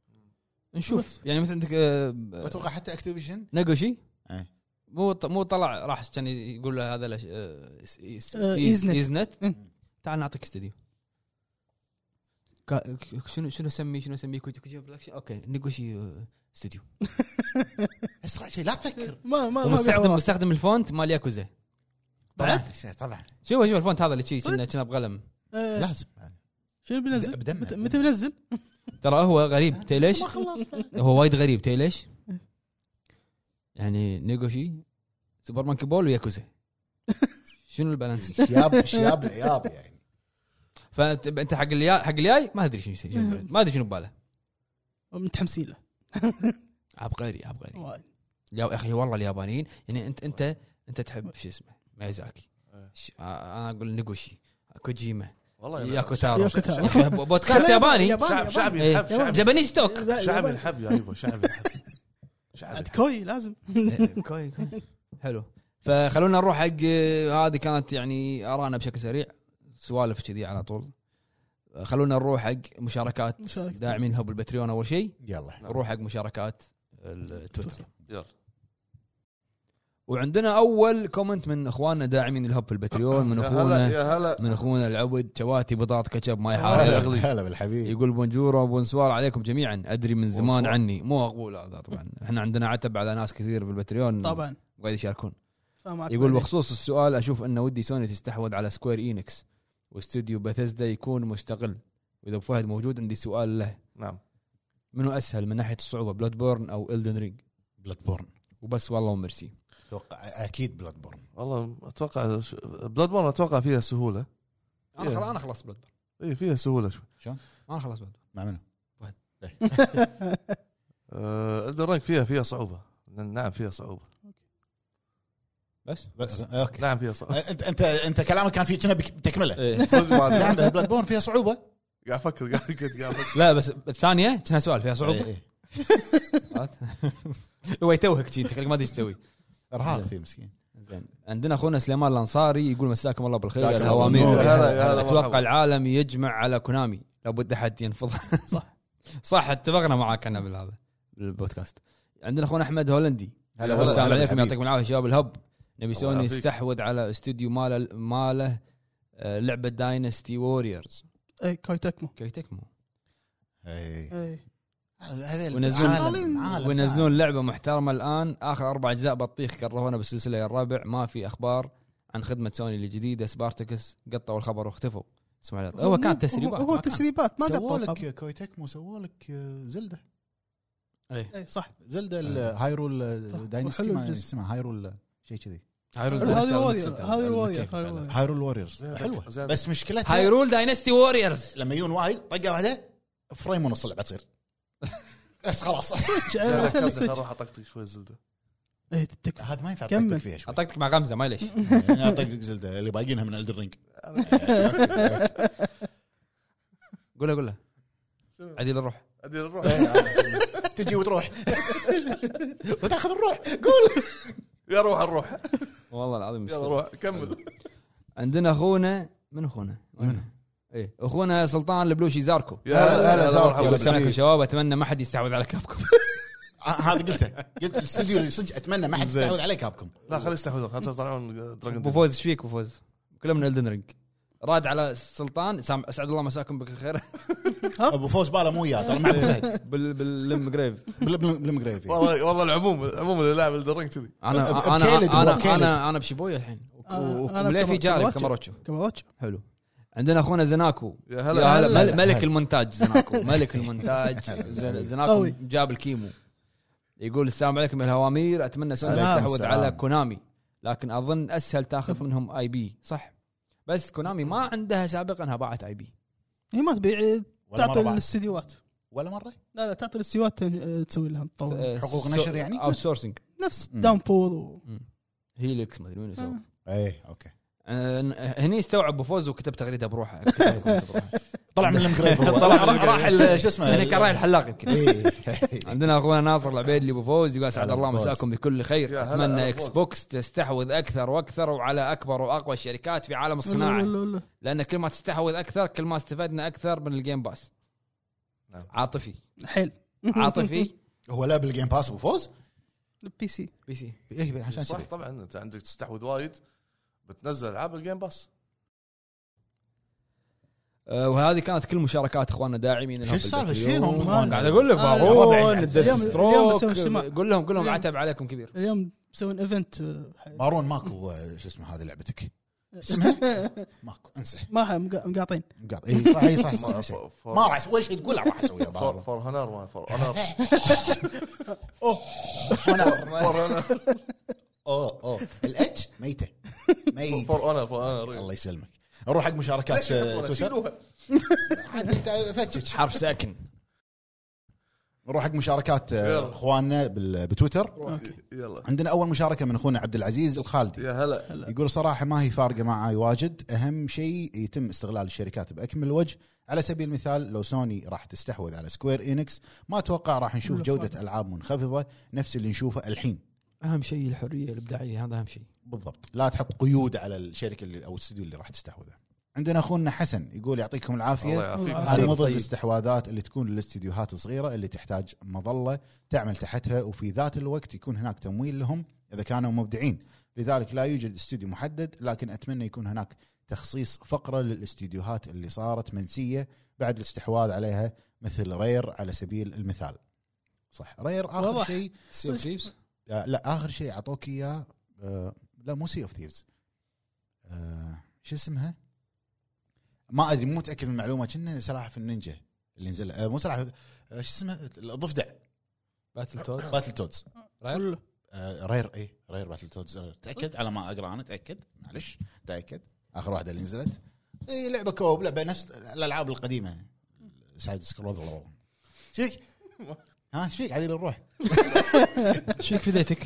نشوف يعني مثلا عندك آه، اتوقع حتى اكتيفيجن. نيجوشي إيه. مو ط- مو طلع راح كان يقول له هذا لش- آه، إيز- إيز- آه، إيز- إيزنت. ايزنت إيه. تعال نعطيك استديو. كا- شنو شنو اسميه شنو اسميه كوجي كوجي برودكشن. اوكي نيجوشي آه، استوديو اسرع شيء لا تفكر. ما ما ما ومستخدم بيعوض. مستخدم الفونت مال ياكوزا. طبعا طبعا شوف شوف الفونت هذا اللي شي كنا كنا بقلم. إيه، لازم. شنو بينزل؟ بدمه. متى متى بينزل؟ ترى هو غريب تي ليش ما خلص. هو وايد غريب تي ليش يعني نيجوشي سوبر مانكي بول وياكوزا. شنو البالانس؟ شياب شياب العياب يعني. فانت حق الجاي حق الجاي ما ادري شنو يصير ما ادري شنو بباله. متحمسين له عبقري عبقري وايد. يا اخي والله اليابانيين يعني انت انت انت تحب شو اسمه ميازاكي. إيه. ش- انا اقول نيجوشي كوجيما والله ياكو تارو ياكو تارو. يا أخي بودكاست ياباني شعب شعب إيه. ينحب شعب جابانيز توك. لا، شعب ياباني. ينحب يا يبا شعب ينحب شعب عاد ينحب. كوي لازم. كوي كوي حلو. فخلونا نروح حق آه، هذه كانت يعني ارانا بشكل سريع سوالف كذي على طول. آه، خلونا نروح حق مشاركات مشاركة. داعمين هب البتريون اول شيء. يلا نروح حق مشاركات التويتر. يلا وعندنا اول كومنت من اخواننا داعمين الهب البتريون من يا هلا اخونا يا هلا من اخونا العبد شواتي بطاط كاتشب ماي هلا حار أغلي. هلا بالحبيب. يقول بونجور وبونسوار عليكم جميعا. ادري من زمان بونسوار. عني مو اقول هذا طبعا احنا عندنا عتب على ناس كثير بالبتريون طبعا قاعد يشاركون. فاهم عليك. يقول بخصوص السؤال اشوف ان ودي سوني تستحوذ على سكوير إينكس واستوديو بثزدا يكون مستقل. واذا أبو فهد موجود عندي سؤال له نعم منو اسهل من ناحيه الصعوبه بلود بورن او إلدن رينج؟ بلاد بورن. وبس والله وميرسي. اتوقع اكيد بلاد بورن. والله اتوقع بلاد بورن اتوقع فيها سهوله. انا إيه. خلاص انا خلصت بلود بورن اي فيها سهوله شوي. انا خلصت بلود مع منو؟ الدرينج فيها فيها صعوبه. نعم فيها صعوبه. بس بس اوكي. نعم فيها صعوبه. انت انت انت كلامك كان فيه كنا تكمله. إيه. صدق ما نعم أدري. بلاد بورن فيها صعوبه. قاعد افكر قاعد كنت قاعد افكر. لا بس الثانيه كنا سؤال فيها صعوبه. إيه، إيه. هو يتوهك شي انت ما ادري ايش تسوي. ارهاق فيه مسكين. زين عندنا اخونا سليمان الانصاري يقول مساكم الله بالخير مساكم الهوامير. الله بالنور. هلا- يا هلا اتوقع مرحبا. العالم يجمع على كونامي لابد احد ينفض. صح. صح اتفقنا معاك انا بالهذا بالبودكاست. عندنا اخونا احمد هولندي. هلا السلام هلا عليكم بالحبيب. يعطيكم العافيه شباب الهب. نبي الله سوني يعافيك. يستحوذ على استوديو ماله ماله آه، لعبه داينستي ووريرز. اي كوي تكمو. كي تكمو إيه. اي هذا ونزلون ونزلون لعبه محترمه الان. اخر اربع اجزاء بطيخ كرهونا بالسلسله الرابع. ما في اخبار عن خدمه سوني الجديده سبارتكس. قطوا الخبر واختفوا. اسمع لي هو كان تسريبات. هو تسريبات ما سووا قطوا لك كويتك مو سووا لك زلده. اي اي صح زلده الهايرول داينستي ما اسمها هايرول شيء كذي. هايرول ووريرز هايرول ووريرز حلوه بس مشكلتها هايرول داينستي ووريرز لما يجون وايد طقه واحده فريم ونص اللعبه تصير بس خلاص. راح اطقطق شوي زلده. ايه تتك هذا ما ينفع كمل. تطقطق فيها شوي. اطقطق مع غمزه ما ليش. انا اطقطق زلده اللي باقينها من الدر رينج. قول قول له عديل الروح. عديل الروح تجي وتروح وتاخذ الروح. قول يا روح الروح والله العظيم يلا روح كمل. عندنا اخونا من اخونا ايه اخونا سلطان البلوشي زاركو. يا هلا زاركو يا شباب. اتمنى ما حد يستحوذ على كابكم. هذا قلته قلت الاستوديو اللي صدق اتمنى ما حد يستحوذ عليه كابكم. لا خلي يستحوذون خلي يطلعون دراجون. ابو فوز ايش فيك ابو فوز؟ كلهم من الدن رينج. راد على السلطان. اسعد الله مساكم بكل خير. ابو فوز باله مو وياه ترى مع ابو فهد بال باللم جريف بالمجريف. والله والله العموم العموم اللي لاعب الدرينج كذي. انا انا انا انا انا بشبويه الحين. ومليفي جاري كاماروتشو كاماروتشو حلو. عندنا اخونا زناكو. يا هلا هلا مل ملك المونتاج زناكو. ملك المونتاج زناكو جاب الكيمو. يقول السلام عليكم الهوامير. اتمنى سوني تستحوذ على كونامي لكن اظن اسهل تاخذ منهم اي بي صح. بس كونامي ما عندها سابقا انها باعت اي بي. هي ما تبيع تعطي الاستديوهات ولا مره. لا لا تعطي الاستديوهات تسوي لهم تطور حقوق نشر يعني اوت سورسنج نفس دامبور و... هيليكس ما ادري وين يسوي. اي اوكي. هني استوعب بفوز وكتب تغريده بروحه. طلع من المكريف طلع راح شو اسمه يعني كان رايح الحلاق يمكن. عندنا اخونا ناصر العبيد اللي بفوز يقول اسعد الله مساكم بكل خير. اتمنى اكس بوكس تستحوذ اكثر واكثر وعلى اكبر واقوى الشركات في عالم الصناعه لان كل ما تستحوذ اكثر كل ما استفدنا اكثر من الجيم باس. عاطفي حيل عاطفي. هو لا بالجيم باس ابو فوز البي سي بي سي ايه عشان صح طبعا انت عندك تستحوذ وايد بتنزل العاب الجيم باس. أه وهذه كانت كل مشاركات اخواننا داعمين لهم. شو السالفه فيهم قاعد اقول لك بارون اليوم قول لهم قول لهم عتب عليكم كبير. اليوم مسوين ايفنت بارون ماكو شو اسمه هذه لعبتك اسمها ماكو انسى ما مقاطين مقاط اي صح صح صح ما راح اسوي شيء تقول راح اسويها بارون فور هنر ما فور هنر اوه هنر اوه اوه الاتش ميته ميت فور انا فور انا الله يسلمك. نروح حق مشاركات تويتر عاد انت فتش حرف ساكن. نروح حق مشاركات اخواننا بتويتر. يلا عندنا اول مشاركه من اخونا عبد العزيز الخالدي. يا هلا. يقول صراحه ما هي فارقه معي واجد. اهم شيء يتم استغلال الشركات باكمل وجه. على سبيل المثال لو سوني راح تستحوذ على سكوير إينكس ما اتوقع راح نشوف جوده العاب منخفضه نفس اللي نشوفه الحين. اهم شيء الحريه الابداعيه هذا اهم شيء بالضبط. لا تحط قيود على الشركه اللي او الاستوديو اللي راح تستحوذه. عندنا اخونا حسن يقول يعطيكم العافيه. انا ضد الاستحواذات اللي تكون للاستديوهات الصغيره اللي تحتاج مظله تعمل تحتها وفي ذات الوقت يكون هناك تمويل لهم اذا كانوا مبدعين. لذلك لا يوجد استوديو محدد لكن اتمنى يكون هناك تخصيص فقره للاستديوهات اللي صارت منسيه بعد الاستحواذ عليها مثل رير على سبيل المثال. صح رير اخر شيء لا اخر شيء اعطوك اياه آه لا مو سي اوف ثيفز آه شو اسمها ما ادري مو متاكد من المعلومه. كنا سلاحف النينجا اللي نزل آه مو سلاحف آه شو اسمه الضفدع باتل تودز باتل تودز رير آه رير اي رير باتل تودز تاكد على ما اقرا انا تاكد معلش تاكد اخر واحده اللي نزلت اي لعبه كوب لعبه نفس الالعاب القديمه سايد سكرول ولا شيك ها شيك عادي نروح شيك في ديتك.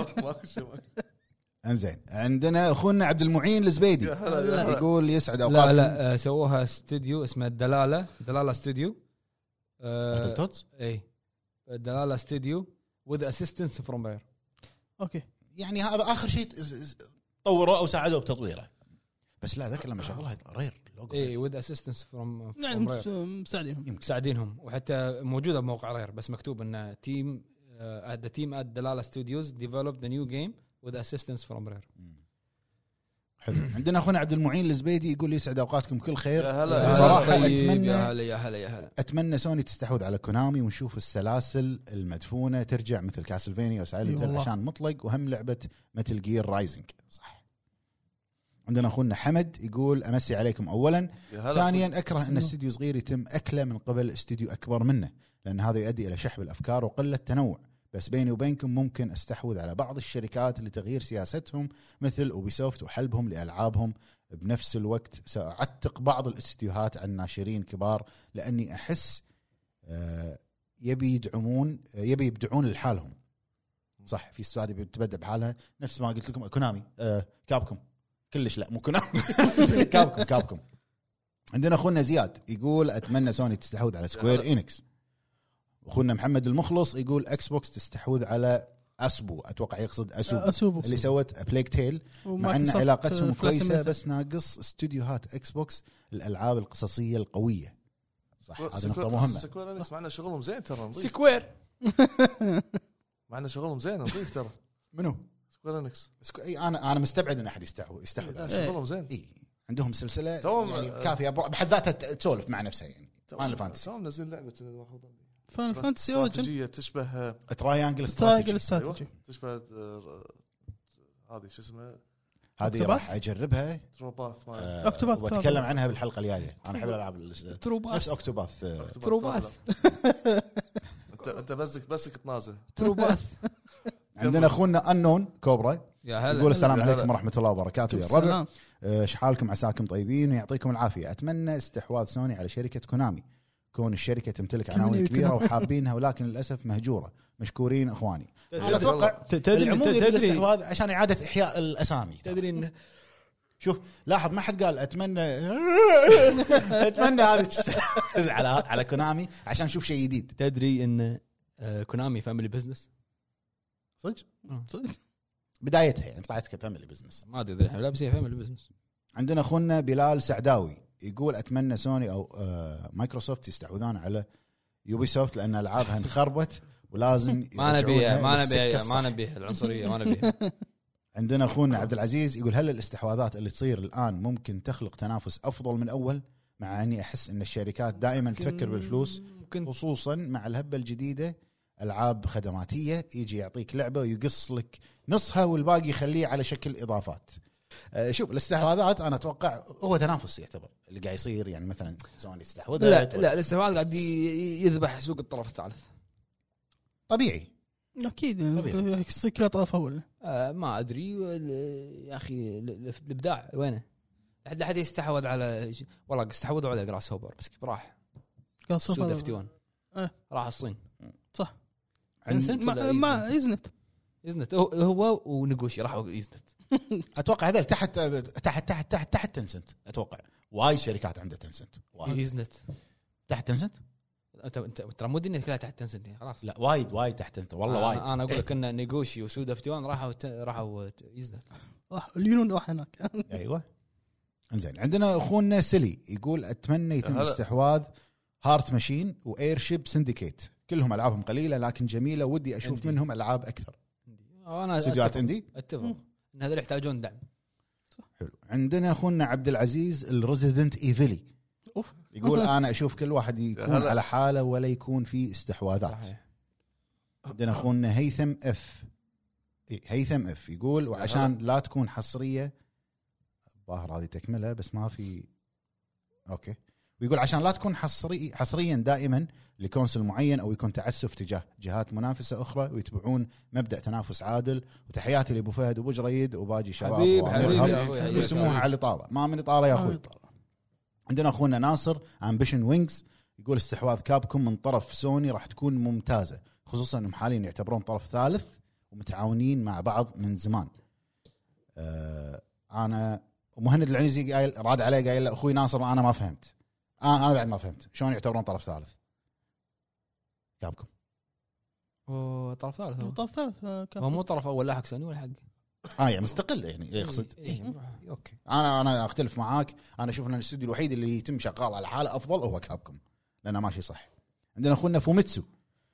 انزين عندنا اخونا عبد المعين الزبيدي يقول يسعد اوقاتكم. لا لا سووها استوديو اسمه الدلاله دلاله استوديو باتل تودز اي الدلاله استوديو with assistance from rare. اوكي يعني هذا اخر شيء طوروا او ساعدوا بتطويره بس لا ذاك لما شغلها رير لوجو اي with assistance from يعني مساعدينهم مساعدينهم وحتى موجوده بموقع رير بس مكتوب انه تيم uh, the team at دلاله studios developed the new game with assistance from rare. حلو. عندنا اخونا عبد المعين الزبيدي يقول يسعد اوقاتكم كل خير. يا هلا يا صراحة هلا طيب، أتمنى- يا هلا يا هلا يا هلا. اتمنى سوني تستحوذ على كونامي ونشوف السلاسل المدفونه ترجع مثل كاسلفينيا وسايلنت أي هيل والله. عشان مطلق، وهم لعبه متل جير رايزنج. صح. عندنا اخونا حمد يقول امسي عليكم اولا. يا هلا. ثانيا اكره ان استوديو صغير يتم اكله من قبل استوديو اكبر منه، لان هذا يؤدي الى شحب الافكار وقله تنوع. بس بيني وبينكم ممكن استحوذ على بعض الشركات لتغيير سياستهم مثل اوبيسوفت وحلبهم لالعابهم. بنفس الوقت ساعتق بعض الاستديوهات عن ناشرين كبار، لاني احس آه، يبي يدعمون آه، يبي يبدعون لحالهم. صح، في استوديوهات بتبدع بحالها نفس ما قلت لكم كونامي آه، كابكم كلش لا مو كونامي كابكم كابكم. عندنا اخونا زياد يقول اتمنى سوني تستحوذ على سكوير إينكس. اخونا محمد المخلص يقول اكس بوكس تستحوذ على اسبو، اتوقع يقصد اسوب اسوبو اللي سوت بليك تيل، مع ان علاقتهم كويسه بس ناقص استوديوهات اكس بوكس الالعاب القصصيه القويه. صح، هذه نقطه مهمه. سكوير انكس معنا شغلهم زين ترى نظيف. سكوير معنا شغلهم زين نظيف ترى. منو؟ سكوير انكس سكو... أي انا انا مستبعد ان احد يستحوذ يستحوذ لا، على شغلهم زين. اي عندهم سلسله توم- يعني كافيه بحد ذاتها تسولف مع نفسها يعني. فاينل فانتسي توم نزل لعبه كذا ماخذ فان فانتسي اوريجن استراتيجيه تشبه تراينجل ترايجل استراتيجي أيوة، استراتيجي. تشبه آه، هذه شو اسمه هذه أكتوباث؟ راح اجربها تروباث مال آه، أكتوباث واتكلم عنها بالحلقه الجايه. انا احب الالعاب نفس تروباث اوكتوباث آه، أكتوباث. تروباث. انت انت بسك بسك تنازل. تروباث. عندنا اخونا انون كوبرا يا هلا. يقول السلام هلا. عليكم ورحمه الله وبركاته يا الربع. السلام. آه، شحالكم عساكم طيبين ويعطيكم العافيه. اتمنى استحواذ سوني على شركه كونامي، كون الشركه تمتلك عناوين كونامي. كبيره وحابينها ولكن للاسف مهجوره. مشكورين اخواني. انا تدري اتوقع تدري العموم يبي تدري الاستحواذ عشان اعاده احياء الاسامي. تدري ان شوف لاحظ ما حد قال اتمنى اتمنى هذه تستحوذ على على كونامي عشان نشوف شيء جديد. تدري ان آه، كونامي فاميلي بزنس صدق صدق بدايتها يعني طلعت كفاميلي بزنس. ما ادري لا بس هي فاميلي بزنس. عندنا اخونا بلال سعداوي يقول اتمنى سوني او آه مايكروسوفت يستحوذون على يوبي سوفت لان العابها انخربت ولازم ما نبيها ما يرجعونها نبيها للسكة ما الصح. نبيها العنصريه ما نبيها. عندنا اخونا عبد العزيز يقول هل الاستحواذات اللي تصير الان ممكن تخلق تنافس افضل من اول، مع اني احس ان الشركات دائما تفكر بالفلوس ممكن خصوصا مع الهبه الجديده العاب خدماتيه يجي يعطيك لعبه ويقص لك نصها والباقي يخليه على شكل اضافات. أه شوف الاستحواذات انا اتوقع هو تنافس يعتبر اللي قاعد يصير يعني مثلا سوني استحوذت لا لا الاستحواذ قاعد ي- يذبح سوق الطرف الثالث. طبيعي. اكيد طبيعي. يصير كذا طرف اول. آه ما ادري ال- يا اخي ال- ال- الابداع وينه؟ لحد لحد يستحوذ على ش- والله استحوذوا على جراس هوبر بس راح قال سود صفر. اف تي واحد إيه. راح الصين. صح. تنسنت ما, ولا ما يزنت؟ يزنت. يزنت هو, هو ونقوشي راحوا يزنت. اتوقع هذول تحت تحت تحت تحت تحت تنسنت. اتوقع وايد شركات عندها تنسنت وايد. يزنت تحت تنسنت انت انت ترى مو الدنيا كلها تحت تنسنت خلاص. لا وايد وايد تحت تنسنت والله وايد. انا, أنا اقول لك ان نيغوشي وسود اف تي واحد راحوا ت- راحوا ت- يزنت. راح اليونون راح هناك. ايوه انزين. عندنا اخونا سلي يقول اتمنى يتم هلا. استحواذ هارت ماشين واير شيب سندكيت، كلهم العابهم قليله لكن جميله ودي اشوف عندي. منهم العاب اكثر. انا استديوهات اتفق عندي اتفق ان هذول يحتاجون دعم. حلو. عندنا اخونا عبد العزيز الريزيدنت ايفيلي أوف. يقول انا اشوف كل واحد يكون هلا. على حاله ولا يكون في استحواذات. صحيح. عندنا اخونا هيثم اف إيه، هيثم اف يقول وعشان لا تكون حصريه الظاهر هذه تكمله بس ما في اوكي. ويقول عشان لا تكون حصري حصريا دائما لكونسل معين او يكون تعسف تجاه جهات منافسه اخرى ويتبعون مبدا تنافس عادل. وتحياتي لابو فهد وابو جريد وباقي شباب حبيب وأمير حبيب هب. يا اخوي حبيب. يسموها على الاطاله ما من اطاله يا اخوي. عندنا اخونا ناصر امبيشن وينجز يقول استحواذ كابكم من طرف سوني راح تكون ممتازه خصوصا انهم حاليا يعتبرون طرف ثالث ومتعاونين مع بعض من زمان. أه انا ومهند العنزي قايل راد عليه قايل له اخوي ناصر انا ما فهمت. آه انا بعد ما فهمت شلون يعتبرون طرف ثالث كابكم. وطرف ثالث هو. طرف ثالث هو مو طرف اول لاحق سوني ولا حق. اه يعني مستقل يعني يقصد إيه، إيه. اوكي. انا انا اختلف معاك. انا اشوف ان الاستوديو الوحيد اللي يتم شغال على حاله افضل هو كابكم لانه ماشي صح. عندنا اخونا فوميتسو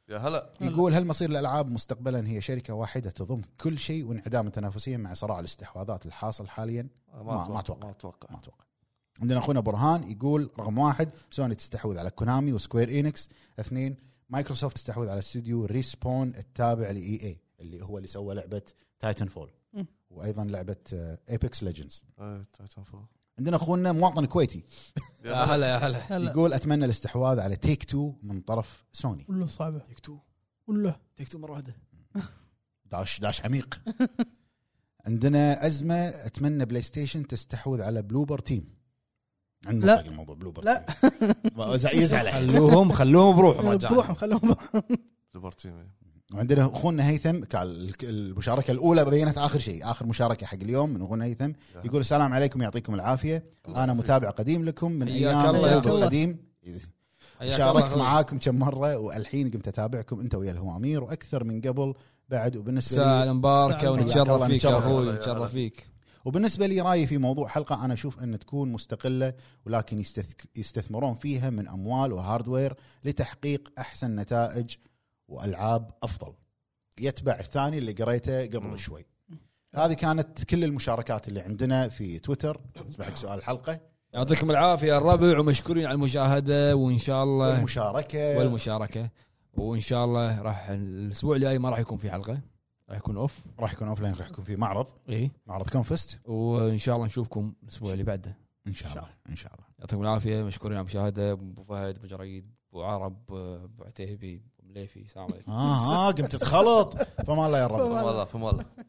يا هلا. يقول هل مصير الالعاب مستقبلا هي شركه واحده تضم كل شيء وانعدام التنافسيه مع صراع الاستحواذات الحاصل حاليا؟ ما, ما, ما اتوقع اتوقع ما اتوقع ما اتوقع. عندنا اخونا برهان يقول رقم واحد سوني تستحوذ على كونامي وسكوير إينكس. اثنين مايكروسوفت تستحوذ على استوديو ريسبون التابع لاي اي اللي هو اللي سوى لعبه تايتن فول وايضا لعبه ايبكس ليجندز. عندنا اخونا مواطن كويتي يا هلا يا هلا هلا يقول اتمنى الاستحواذ على تيك تو من طرف سوني. والله صعبه تيك تو والله تيك تو مره واحده. داش داش عميق. عندنا ازمه اتمنى بلاي ستيشن تستحوذ على بلوبر تيم. عندنا لا. الموضوع بلوبر لا. تيم يزعل خلوهم خلوهم بروحهم بروحهم خلوهم بروحهم. ليبرتيم. وعندنا اخونا هيثم كان المشاركه الاولى بينت اخر شيء اخر مشاركه حق اليوم من اخونا هيثم يقول السلام عليكم يعطيكم العافيه انا متابع قديم لكم من حياك ايام الله يا الوقت الله. القديم شاركت معاكم كم مره والحين قمت اتابعكم انت ويا الهوامير واكثر من قبل بعد. وبالنسبه ساعة لي مباركة ساعة ونتشرف مباركة. فيك يا نتشرف. اخوي نتشرف فيك. وبالنسبه لي رايي في موضوع حلقه انا اشوف ان تكون مستقله ولكن يستث- يستثمرون فيها من اموال وهاردوير لتحقيق احسن نتائج والعاب افضل يتبع الثاني اللي قريته قبل مم. شوي. هذه كانت كل المشاركات اللي عندنا في تويتر. اسمح لك سؤال الحلقه يعطيكم العافية يا الربع ومشكورين على المشاهدة وإن شاء الله والمشاركه والمشاركة وإن شاء الله راح الأسبوع الجاي ما راح يكون في حلقة راح يكون أوف. راح يكون اوف لاين راح يكون في معرض إيه معرض كونفست وإن شاء الله نشوفكم الأسبوع اللي بعده ان شاء الله ان شاء الله. يعطيكم العافية مشكورين على المشاهدة. أبو فهد أبو جريد أبو عرب أبو عتيبي أبو مليفي السلام عليكم. اه اه قمت تخلط فما الله يا رب. فما الله فما الله.